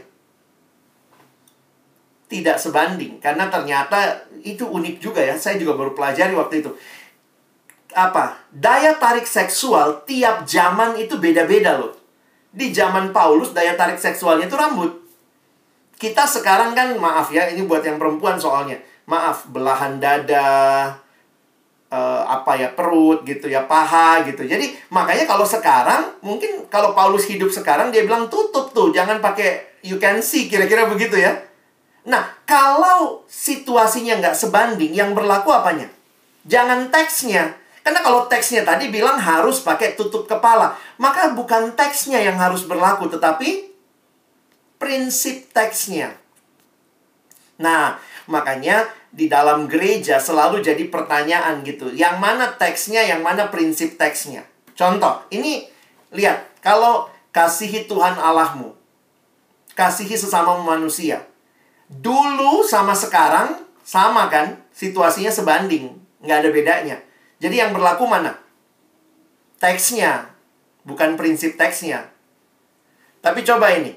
Tidak sebanding. Karena ternyata itu unik juga ya. Saya juga baru pelajari waktu itu. Apa? Daya tarik seksual tiap zaman itu beda-beda loh. Di zaman Paulus, daya tarik seksualnya itu rambut. Kita sekarang kan, maaf ya, ini buat yang perempuan soalnya. Maaf, belahan dada, uh, apa ya, perut gitu ya, paha gitu. Jadi, makanya kalau sekarang, mungkin kalau Paulus hidup sekarang, dia bilang tutup tuh, jangan pakai you can see, kira-kira begitu ya. Nah, kalau situasinya nggak sebanding, yang berlaku apanya? Jangan teksnya. Karena kalau teksnya tadi bilang harus pakai tutup kepala, maka bukan teksnya yang harus berlaku, tetapi prinsip teksnya. Nah, makanya di dalam gereja selalu jadi pertanyaan gitu. Yang mana teksnya, yang mana prinsip teksnya. Contoh, ini lihat, kalau kasihi Tuhan Allahmu, kasihi sesama manusia. Dulu sama sekarang, sama kan? Situasinya sebanding. Nggak ada bedanya. Jadi yang berlaku mana? Teksnya, bukan prinsip teksnya. Tapi coba ini.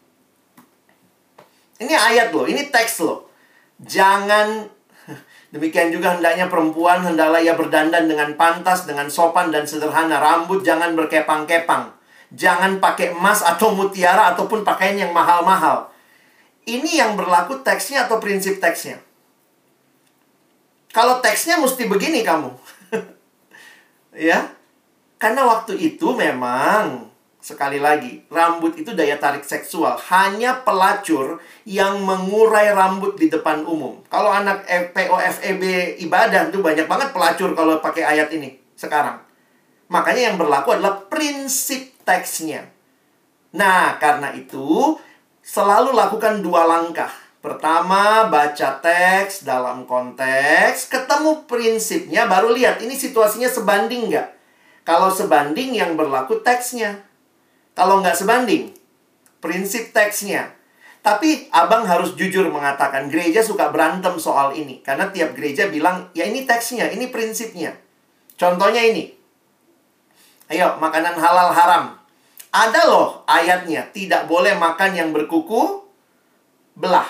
Ini ayat loh, ini teks loh. Jangan, demikian juga hendaknya perempuan, hendaklah ia berdandan dengan pantas, dengan sopan dan sederhana. Rambut jangan berkepang-kepang. Jangan pakai emas atau mutiara ataupun pakaian yang mahal-mahal. Ini yang berlaku teksnya atau prinsip teksnya? Kalau teksnya mesti begini kamu. Ya. Karena waktu itu memang, sekali lagi, rambut itu daya tarik seksual. Hanya pelacur yang mengurai rambut di depan umum. Kalau anak P O F E B ibadah itu banyak banget pelacur kalau pakai ayat ini sekarang. Makanya yang berlaku adalah prinsip teksnya. Nah, karena itu selalu lakukan dua langkah. Pertama, baca teks dalam konteks, ketemu prinsipnya, baru lihat ini situasinya sebanding nggak. Kalau sebanding, yang berlaku teksnya. Kalau nggak sebanding, prinsip teksnya. Tapi abang harus jujur mengatakan, gereja suka berantem soal ini. Karena tiap gereja bilang, ya ini teksnya, ini prinsipnya. Contohnya ini. Ayo, makanan halal haram. Ada loh ayatnya, tidak boleh makan yang berkuku belah.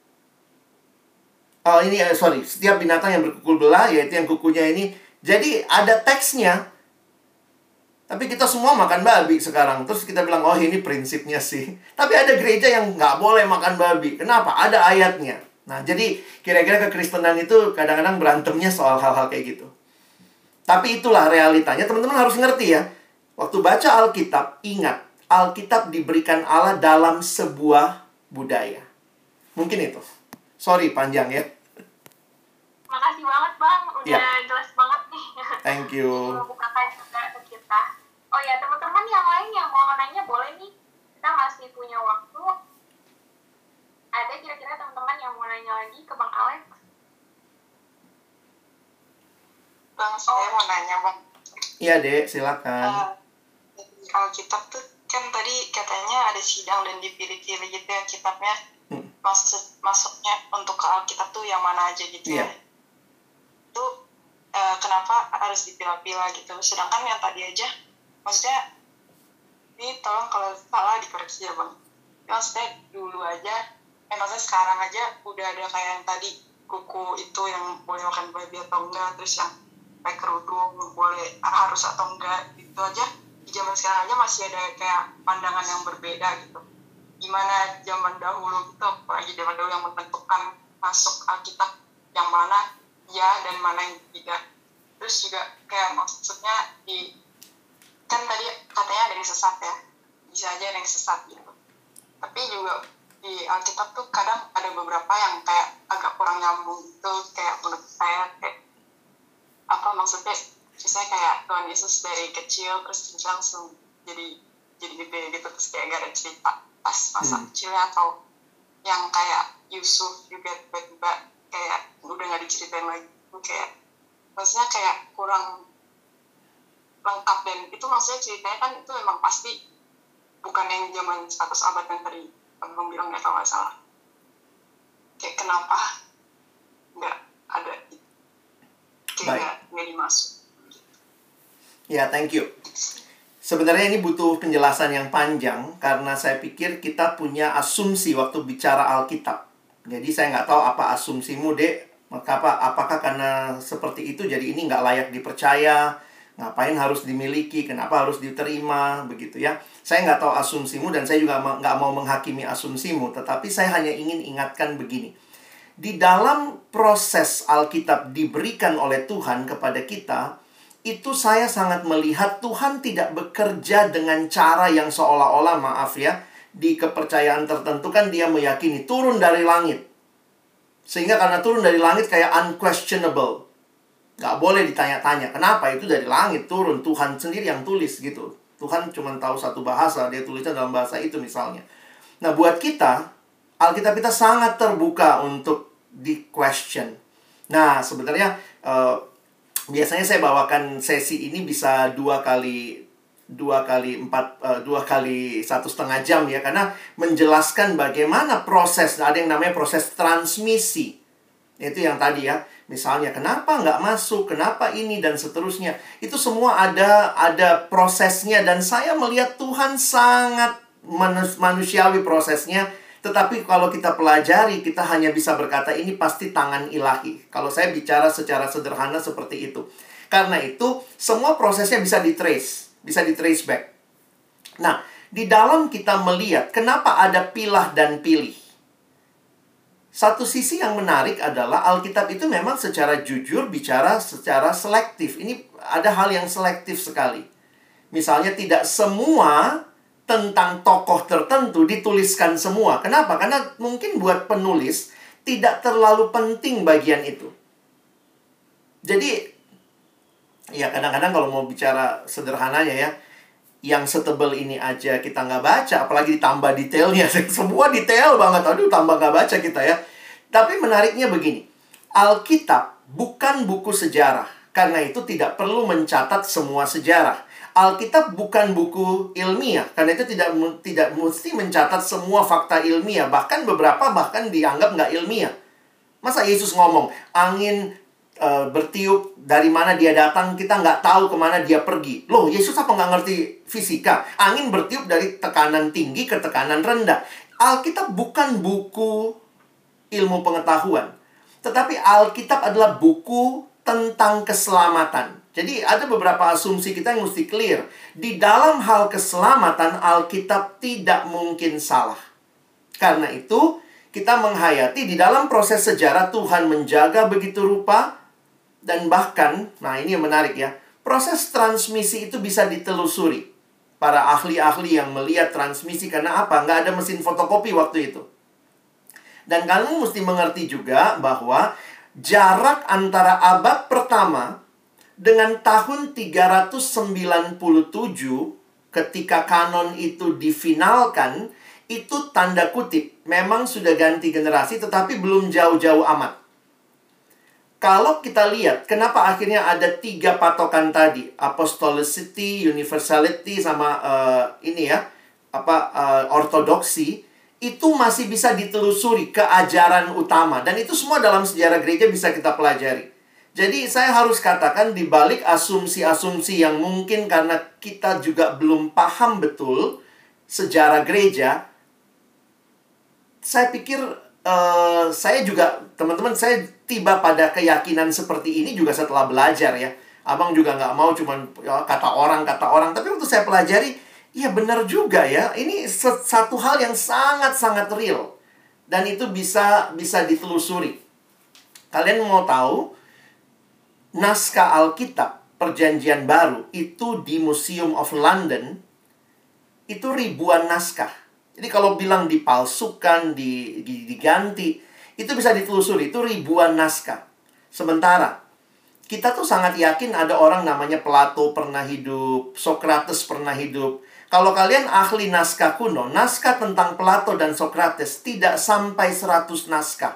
Oh ini, sorry, setiap binatang yang berkuku belah, yaitu yang kukunya ini. Jadi ada teksnya. Tapi kita semua makan babi sekarang. Terus kita bilang, oh ini prinsipnya sih. Tapi ada gereja yang nggak boleh makan babi. Kenapa? Ada ayatnya. Nah, jadi kira-kira kekristenan itu kadang-kadang berantemnya soal hal-hal kayak gitu. Tapi itulah realitanya. Teman-teman harus ngerti ya. Waktu baca Alkitab, ingat. Alkitab diberikan Allah dalam sebuah budaya. Mungkin itu. Sorry, panjang ya.
Makasih banget, Bang. Udah
ya.
Jelas banget nih.
Thank you.
Membukakan juga ke kita. Oh ya, teman-teman yang lain yang mau nanya boleh nih. Kita masih punya waktu. Ada kira-kira teman-teman yang mau nanya lagi ke Bang Alex?
Bang, saya mau nanya, Bang.
Iya, Dek. Silakan.
Uh, Alkitab tuh kan tadi katanya ada sidang dan dipilih-pilih gitu ya kitabnya. Hmm. Maksud, maksudnya untuk ke Alkitab tuh yang mana aja gitu yeah. ya. Itu uh, kenapa harus dipilah-pilah gitu. Sedangkan yang tadi aja, maksudnya, ini tolong kalau salah dikoreksi ya Bang. Maksudnya dulu aja, eh maksudnya sekarang aja udah ada kayak yang tadi, kuku itu yang boleh makan babi atau enggak, terus yang pakai kerudung boleh harus atau enggak, gitu aja. Di zaman sekarang aja masih ada kayak pandangan yang berbeda gitu. Gimana zaman dahulu gitu, apalagi zaman dahulu yang menentukan masuk Alkitab yang mana ya dan mana yang tidak. Terus juga kayak maksudnya di kan tadi katanya ada yang sesat ya, bisa aja ada yang sesat gitu. Tapi juga di Alkitab tuh kadang ada beberapa yang kayak agak kurang nyambung gitu, kayak menurut saya kayak apa maksudnya, misalnya kayak Tuhan Yesus dari kecil terus langsung jadi jadi gede gitu, terus kayak gak ada cerita pas masa hmm. kecilnya, atau yang kayak Yusuf juga tiba-tiba kayak udah gak diceritain lagi, kayak maksudnya kayak kurang lengkap. Dan itu maksudnya ceritanya kan itu memang pasti bukan yang zaman seratus abad yang tadi abang bilang nggak kalau nggak salah. Kayak kenapa nggak ada, kayak nggak dimasuk.
Ya, thank you. Sebenarnya ini butuh penjelasan yang panjang karena saya pikir kita punya asumsi waktu bicara Alkitab. Jadi saya nggak tahu apa asumsimu, Dek. Maka apa, apakah karena seperti itu jadi ini nggak layak dipercaya? Ngapain harus dimiliki? Kenapa harus diterima? Begitu ya. Saya nggak tahu asumsimu dan saya juga nggak mau menghakimi asumsimu. Tetapi saya hanya ingin ingatkan begini. Di dalam proses Alkitab diberikan oleh Tuhan kepada kita, itu saya sangat melihat Tuhan tidak bekerja dengan cara yang seolah-olah, maaf ya, di kepercayaan tertentu kan dia meyakini turun dari langit. Sehingga karena turun dari langit kayak unquestionable. Gak boleh ditanya-tanya. Kenapa? Itu dari langit turun. Tuhan sendiri yang tulis gitu. Tuhan cuma tahu satu bahasa. Dia tulisnya dalam bahasa itu misalnya. Nah buat kita, Alkitab kita sangat terbuka untuk di question. Nah, sebenarnya uh, biasanya saya bawakan sesi ini bisa dua kali dua kali empat uh, dua kali satu setengah jam ya, karena menjelaskan bagaimana proses. Ada yang namanya proses transmisi. Itu yang tadi ya. Misalnya kenapa nggak masuk, kenapa ini dan seterusnya. Itu semua ada ada prosesnya, dan saya melihat Tuhan sangat manusiawi prosesnya. Tetapi kalau kita pelajari, kita hanya bisa berkata ini pasti tangan ilahi. Kalau saya bicara secara sederhana seperti itu. Karena itu, semua prosesnya bisa di-trace. Bisa di-trace back. Nah, di dalam kita melihat, kenapa ada pilah dan pilih? Satu sisi yang menarik adalah Alkitab itu memang secara jujur bicara secara selektif. Ini ada hal yang selektif sekali. Misalnya tidak semua tentang tokoh tertentu dituliskan semua. Kenapa? Karena mungkin buat penulis tidak terlalu penting bagian itu. Jadi, ya kadang-kadang kalau mau bicara sederhananya ya, yang setebel ini aja kita nggak baca, apalagi ditambah detailnya. Semua detail banget, aduh tambah nggak baca kita ya. Tapi menariknya begini, Alkitab bukan buku sejarah. Karena itu tidak perlu mencatat semua sejarah. Alkitab bukan buku ilmiah, karena itu tidak tidak mesti mencatat semua fakta ilmiah. Bahkan beberapa bahkan dianggap nggak ilmiah. Masa Yesus ngomong, angin e, bertiup dari mana dia datang, kita nggak tahu kemana dia pergi. Loh, Yesus apa nggak ngerti fisika? Angin bertiup dari tekanan tinggi ke tekanan rendah. Alkitab bukan buku ilmu pengetahuan. Tetapi Alkitab adalah buku tentang keselamatan. Jadi ada beberapa asumsi kita yang mesti clear. Di dalam hal keselamatan, Alkitab tidak mungkin salah. Karena itu, kita menghayati di dalam proses sejarah Tuhan menjaga begitu rupa. Dan bahkan, nah ini yang menarik ya, proses transmisi itu bisa ditelusuri. Para ahli-ahli yang melihat transmisi, karena apa? Nggak ada mesin fotokopi waktu itu. Dan kamu mesti mengerti juga bahwa jarak antara abad pertama dengan tahun tiga ratus sembilan puluh tujuh ketika kanon itu difinalkan, itu tanda kutip memang sudah ganti generasi, tetapi belum jauh-jauh amat. Kalau kita lihat kenapa akhirnya ada tiga patokan tadi, apostolicity, universality, sama uh, ini ya apa uh, ortodoksi, itu masih bisa ditelusuri keajaran utama. Dan itu semua dalam sejarah gereja bisa kita pelajari. Jadi saya harus katakan di balik asumsi-asumsi yang mungkin karena kita juga belum paham betul sejarah gereja, saya pikir uh, saya juga, teman-teman, saya tiba pada keyakinan seperti ini juga setelah belajar ya. Abang juga nggak mau cuman ya, kata orang, kata orang. Tapi waktu saya pelajari, ya benar juga ya. Ini satu hal yang sangat-sangat real. Dan itu bisa bisa ditelusuri. Kalian mau tahu, naskah Alkitab Perjanjian Baru itu di Museum of London itu ribuan naskah. Jadi kalau bilang dipalsukan, diganti, itu bisa ditelusuri, itu ribuan naskah. Sementara kita tuh sangat yakin ada orang namanya Plato pernah hidup, Socrates pernah hidup. Kalau kalian ahli naskah kuno, naskah tentang Plato dan Socrates tidak sampai seratus naskah.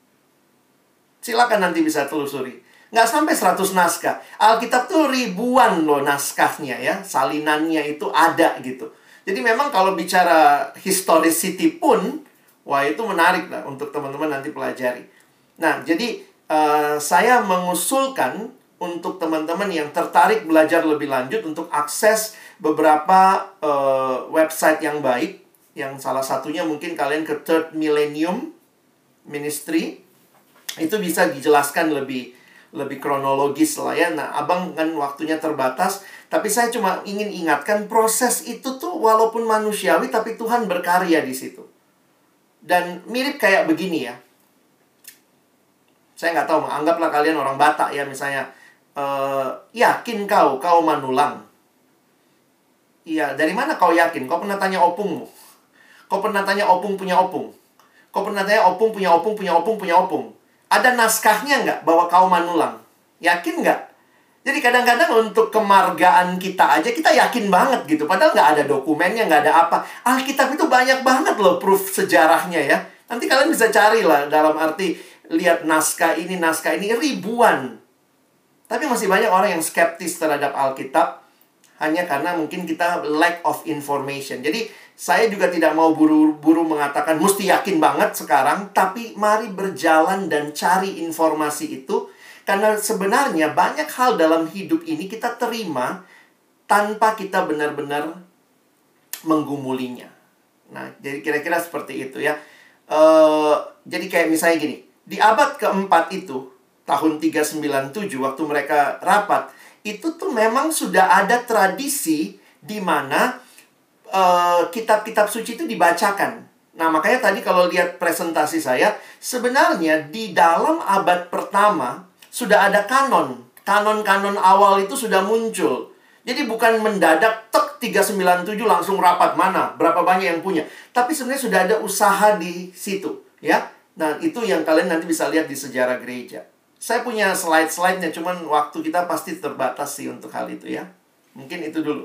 Silakan nanti bisa telusuri. Nggak sampai seratus naskah. Alkitab tuh ribuan loh naskahnya ya. Salinannya itu ada gitu. Jadi memang kalau bicara historicity pun, wah itu menarik lah untuk teman-teman nanti pelajari. Nah, jadi uh, saya mengusulkan untuk teman-teman yang tertarik belajar lebih lanjut untuk akses beberapa uh, website yang baik. Yang salah satunya mungkin kalian ke Third Millennium Ministry. Itu bisa dijelaskan lebih lebih kronologis lah ya. Nah, abang kan waktunya terbatas, tapi saya cuma ingin ingatkan proses itu tuh walaupun manusiawi, tapi Tuhan berkarya di situ. Dan mirip kayak begini ya. Saya nggak tahu, anggaplah kalian orang Batak ya, misalnya, e, yakin kau, kau Manulang. Iya, dari mana kau yakin? Kau pernah tanya opungmu? Kau pernah tanya opung punya opung? Kau pernah tanya opung punya opung punya opung punya opung? Ada naskahnya nggak bahwa kau Manulang? Yakin nggak? Jadi kadang-kadang untuk kemargaan kita aja, kita yakin banget gitu. Padahal nggak ada dokumennya, nggak ada apa. Alkitab itu banyak banget loh proof sejarahnya ya. Nanti kalian bisa cari lah dalam arti lihat naskah ini, naskah ini, ribuan. Tapi masih banyak orang yang skeptis terhadap Alkitab hanya karena mungkin kita lack of information. Jadi saya juga tidak mau buru-buru mengatakan mesti yakin banget sekarang, tapi mari berjalan dan cari informasi itu. Karena sebenarnya banyak hal dalam hidup ini kita terima tanpa kita benar-benar menggumulinya. Nah, jadi kira-kira seperti itu ya. Uh, jadi kayak misalnya gini, di abad keempat itu, tahun tiga sembilan tujuh, waktu mereka rapat, itu tuh memang sudah ada tradisi di mana uh, kitab-kitab suci itu dibacakan. Nah, makanya tadi kalau lihat presentasi saya, sebenarnya di dalam abad pertama sudah ada kanon. Kanon-kanon awal itu sudah muncul. Jadi bukan mendadak tek tiga sembilan tujuh langsung rapat mana, berapa banyak yang punya. Tapi sebenarnya sudah ada usaha di situ, ya. Nah, itu yang kalian nanti bisa lihat di sejarah gereja. Saya punya slide-slide-nya, cuman waktu kita pasti terbatas sih untuk hal itu ya. Mungkin itu dulu.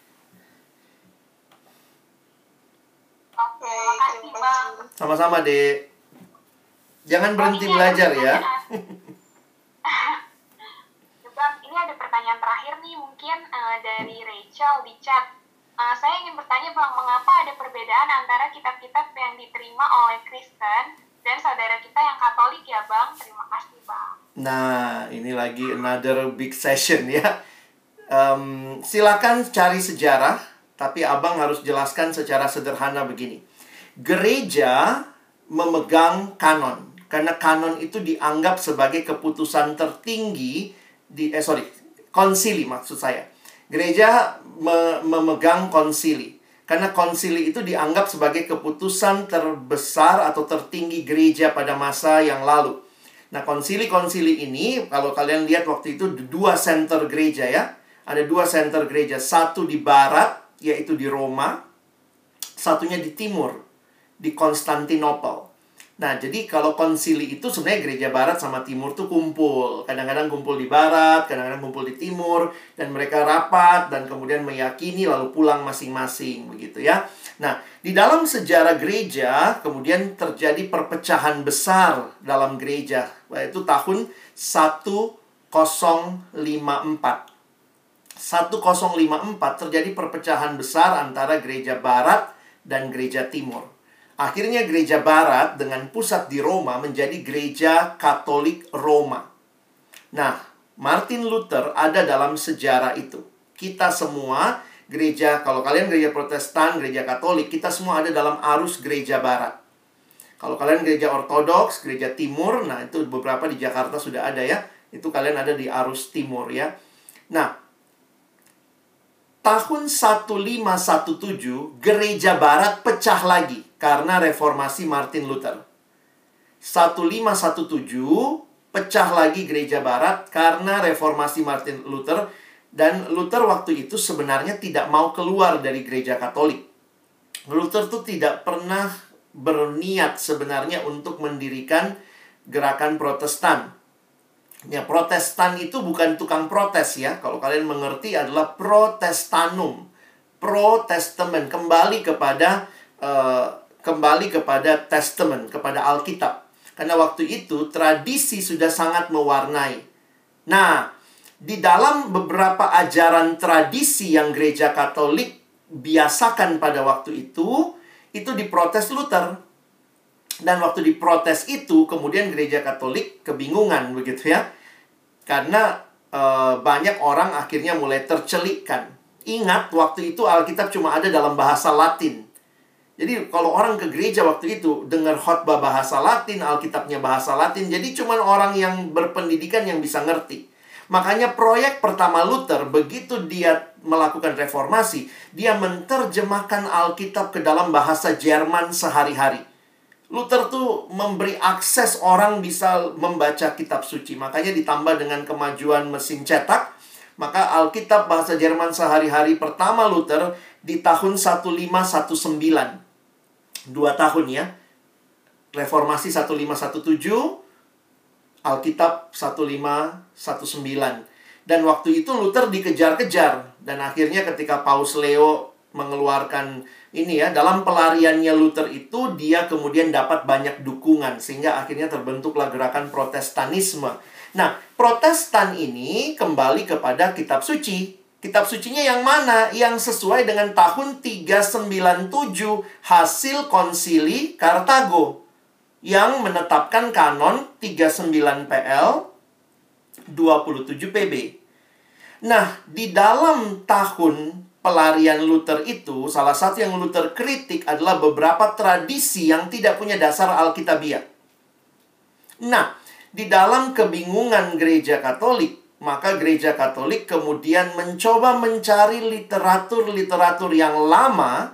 Oke, terima kasih.
Sama-sama, Dek. Jangan berhenti belajar ya.
Bang, ini ada pertanyaan terakhir nih, mungkin uh, dari Rachel di chat. Uh, saya ingin bertanya, Bang, mengapa ada perbedaan antara kitab-kitab yang diterima oleh Kristen dan saudara kita yang Katolik ya, Bang? Terima kasih, Bang.
Nah, ini lagi another big session ya. Um, silakan cari sejarah, tapi Abang harus jelaskan secara sederhana begini. Gereja memegang kanon, karena kanon itu dianggap sebagai keputusan tertinggi di eh sorry, konsili maksud saya. Gereja me memegang konsili. Karena konsili itu dianggap sebagai keputusan terbesar atau tertinggi gereja pada masa yang lalu. Nah, konsili-konsili ini, kalau kalian lihat waktu itu, dua center gereja ya. Ada dua center gereja. Satu di barat, yaitu di Roma. Satunya di timur, di Konstantinopel. Nah, jadi kalau konsili itu sebenarnya gereja barat sama timur tuh kumpul. Kadang-kadang kumpul di barat, kadang-kadang kumpul di timur. Dan mereka rapat dan kemudian meyakini lalu pulang masing-masing. Begitu ya. Nah, di dalam sejarah gereja kemudian terjadi perpecahan besar dalam gereja. Yaitu tahun seribu lima puluh empat. seribu lima puluh empat terjadi perpecahan besar antara gereja barat dan gereja timur. Akhirnya gereja barat dengan pusat di Roma menjadi gereja Katolik Roma. Nah, Martin Luther ada dalam sejarah itu. Kita semua gereja, kalau kalian gereja Protestan, gereja Katolik, kita semua ada dalam arus gereja barat. Kalau kalian gereja Ortodoks, gereja timur, nah itu beberapa di Jakarta sudah ada ya. Itu kalian ada di arus timur ya. Nah, tahun seribu lima ratus tujuh belas, gereja barat pecah lagi karena reformasi Martin Luther. seribu lima ratus tujuh belas, pecah lagi gereja barat karena reformasi Martin Luther. Dan Luther waktu itu sebenarnya tidak mau keluar dari gereja Katolik. Luther tuh tidak pernah berniat sebenarnya untuk mendirikan gerakan Protestan. Ya, Protestan itu bukan tukang protes ya. Kalau kalian mengerti adalah Protestanum. Pro-testament, kembali kepada uh, kembali kepada testament, kepada Alkitab. Karena waktu itu tradisi sudah sangat mewarnai. Nah, di dalam beberapa ajaran tradisi yang gereja Katolik biasakan pada waktu itu, itu diprotes Luther. Dan waktu diprotes itu, kemudian gereja Katolik kebingungan begitu ya. Karena e, banyak orang akhirnya mulai tercelikkan. Ingat, waktu itu Alkitab cuma ada dalam bahasa Latin. Jadi kalau orang ke gereja waktu itu dengar khotbah bahasa Latin, Alkitabnya bahasa Latin, jadi cuma orang yang berpendidikan yang bisa ngerti. Makanya proyek pertama Luther, begitu dia melakukan reformasi, dia menerjemahkan Alkitab ke dalam bahasa Jerman sehari-hari. Luther tuh memberi akses orang bisa membaca kitab suci. Makanya ditambah dengan kemajuan mesin cetak, maka Alkitab bahasa Jerman sehari-hari pertama Luther di tahun seribu lima ratus sembilan belas. Dua tahun ya. Reformasi seribu lima ratus tujuh belas, Alkitab seribu lima ratus sembilan belas. Dan waktu itu Luther dikejar-kejar. Dan akhirnya ketika Paus Leo mengeluarkan ini ya, dalam pelariannya Luther itu dia kemudian dapat banyak dukungan sehingga akhirnya terbentuklah gerakan Protestanisme. Nah, Protestan ini kembali kepada kitab suci. Kitab sucinya yang mana? Yang sesuai dengan tahun tiga sembilan tujuh hasil konsili Kartago yang menetapkan kanon tiga puluh sembilan P L dua puluh tujuh P B. Nah, di dalam tahun pelarian Luther itu, salah satu yang Luther kritik adalah beberapa tradisi yang tidak punya dasar Alkitabiah. Nah, di dalam kebingungan gereja Katolik, maka gereja Katolik kemudian mencoba mencari literatur-literatur yang lama.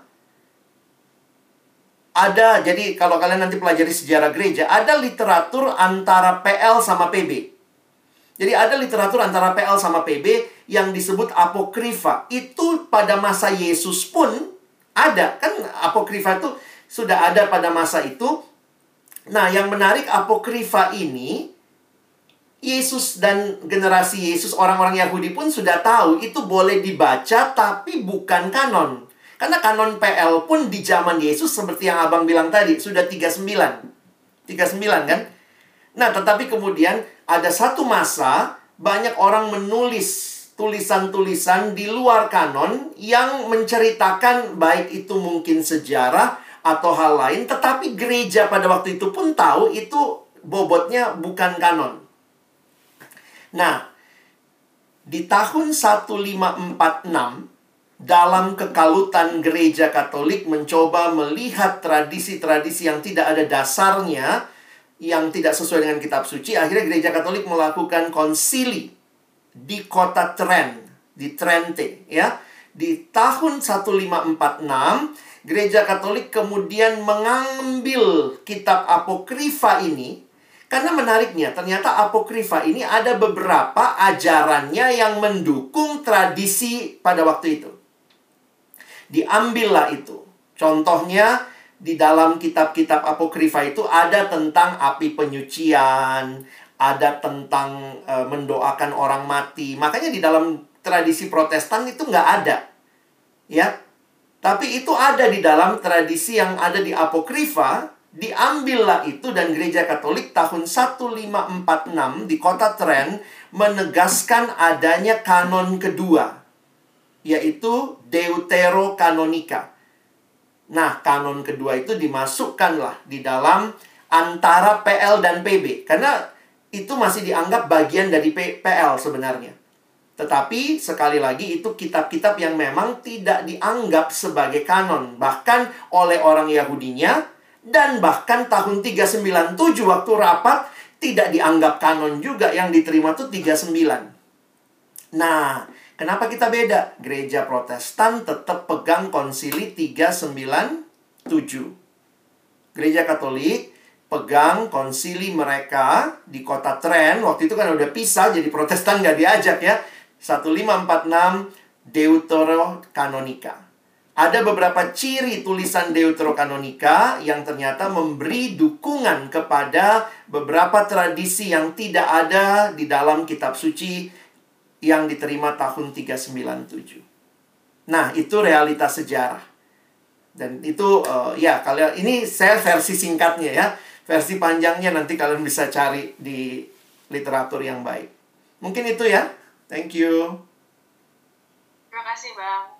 Ada, jadi kalau kalian nanti pelajari sejarah gereja, ada literatur antara P L sama P B. Jadi ada literatur antara P L sama P B yang disebut apokrifa. Itu pada masa Yesus pun ada. Kan apokrifa itu sudah ada pada masa itu. Nah, yang menarik apokrifa ini, Yesus dan generasi Yesus, orang-orang Yahudi pun sudah tahu itu boleh dibaca tapi bukan kanon. Karena kanon P L pun di zaman Yesus seperti yang Abang bilang tadi, sudah tiga puluh sembilan. tiga puluh sembilan kan? Nah, tetapi kemudian ada satu masa banyak orang menulis tulisan-tulisan di luar kanon yang menceritakan baik itu mungkin sejarah atau hal lain, tetapi gereja pada waktu itu pun tahu itu bobotnya bukan kanon. Nah, di tahun seribu lima ratus empat puluh enam, dalam kekalutan gereja Katolik mencoba melihat tradisi-tradisi yang tidak ada dasarnya, yang tidak sesuai dengan kitab suci, akhirnya gereja Katolik melakukan konsili di kota Trent, di Trente, ya. Di tahun seribu lima ratus empat puluh enam, gereja Katolik kemudian mengambil kitab apokrifa ini. Karena menariknya, ternyata apokrifa ini ada beberapa ajarannya yang mendukung tradisi pada waktu itu. Diambillah itu. Contohnya, di dalam kitab-kitab apokrifa itu ada tentang api penyucian, ada tentang e, mendoakan orang mati. Makanya di dalam tradisi Protestan itu nggak ada. Ya. Tapi itu ada di dalam tradisi yang ada di apokrifa. Diambillah itu dan gereja Katolik tahun seribu lima ratus empat puluh enam di kota Trent menegaskan adanya kanon kedua, yaitu Deuterokanonika. Nah, kanon kedua itu dimasukkanlah di dalam antara P L dan P B. Karena itu masih dianggap bagian dari P L sebenarnya. Tetapi, sekali lagi, itu kitab-kitab yang memang tidak dianggap sebagai kanon. Bahkan oleh orang Yahudinya, dan bahkan tahun tiga puluh sembilan tujuh waktu rapat, tidak dianggap kanon juga. Yang diterima itu tiga puluh sembilan. Nah, kenapa kita beda? Gereja Protestan tetap pegang konsili tiga puluh sembilan tujuh. Gereja Katolik pegang konsili mereka di kota Trent. Waktu itu kan udah pisah, jadi Protestan nggak diajak ya. seribu lima ratus empat puluh enam Deuterokanonika. Ada beberapa ciri tulisan Deuterokanonika yang ternyata memberi dukungan kepada beberapa tradisi yang tidak ada di dalam kitab suci yang diterima tahun tiga puluh sembilan tujuh. Nah, itu realitas sejarah. Dan itu, uh, ya, kalian ini saya versi singkatnya ya. Versi panjangnya nanti kalian bisa cari di literatur yang baik. Mungkin itu ya. Thank you.
Terima kasih, Bang.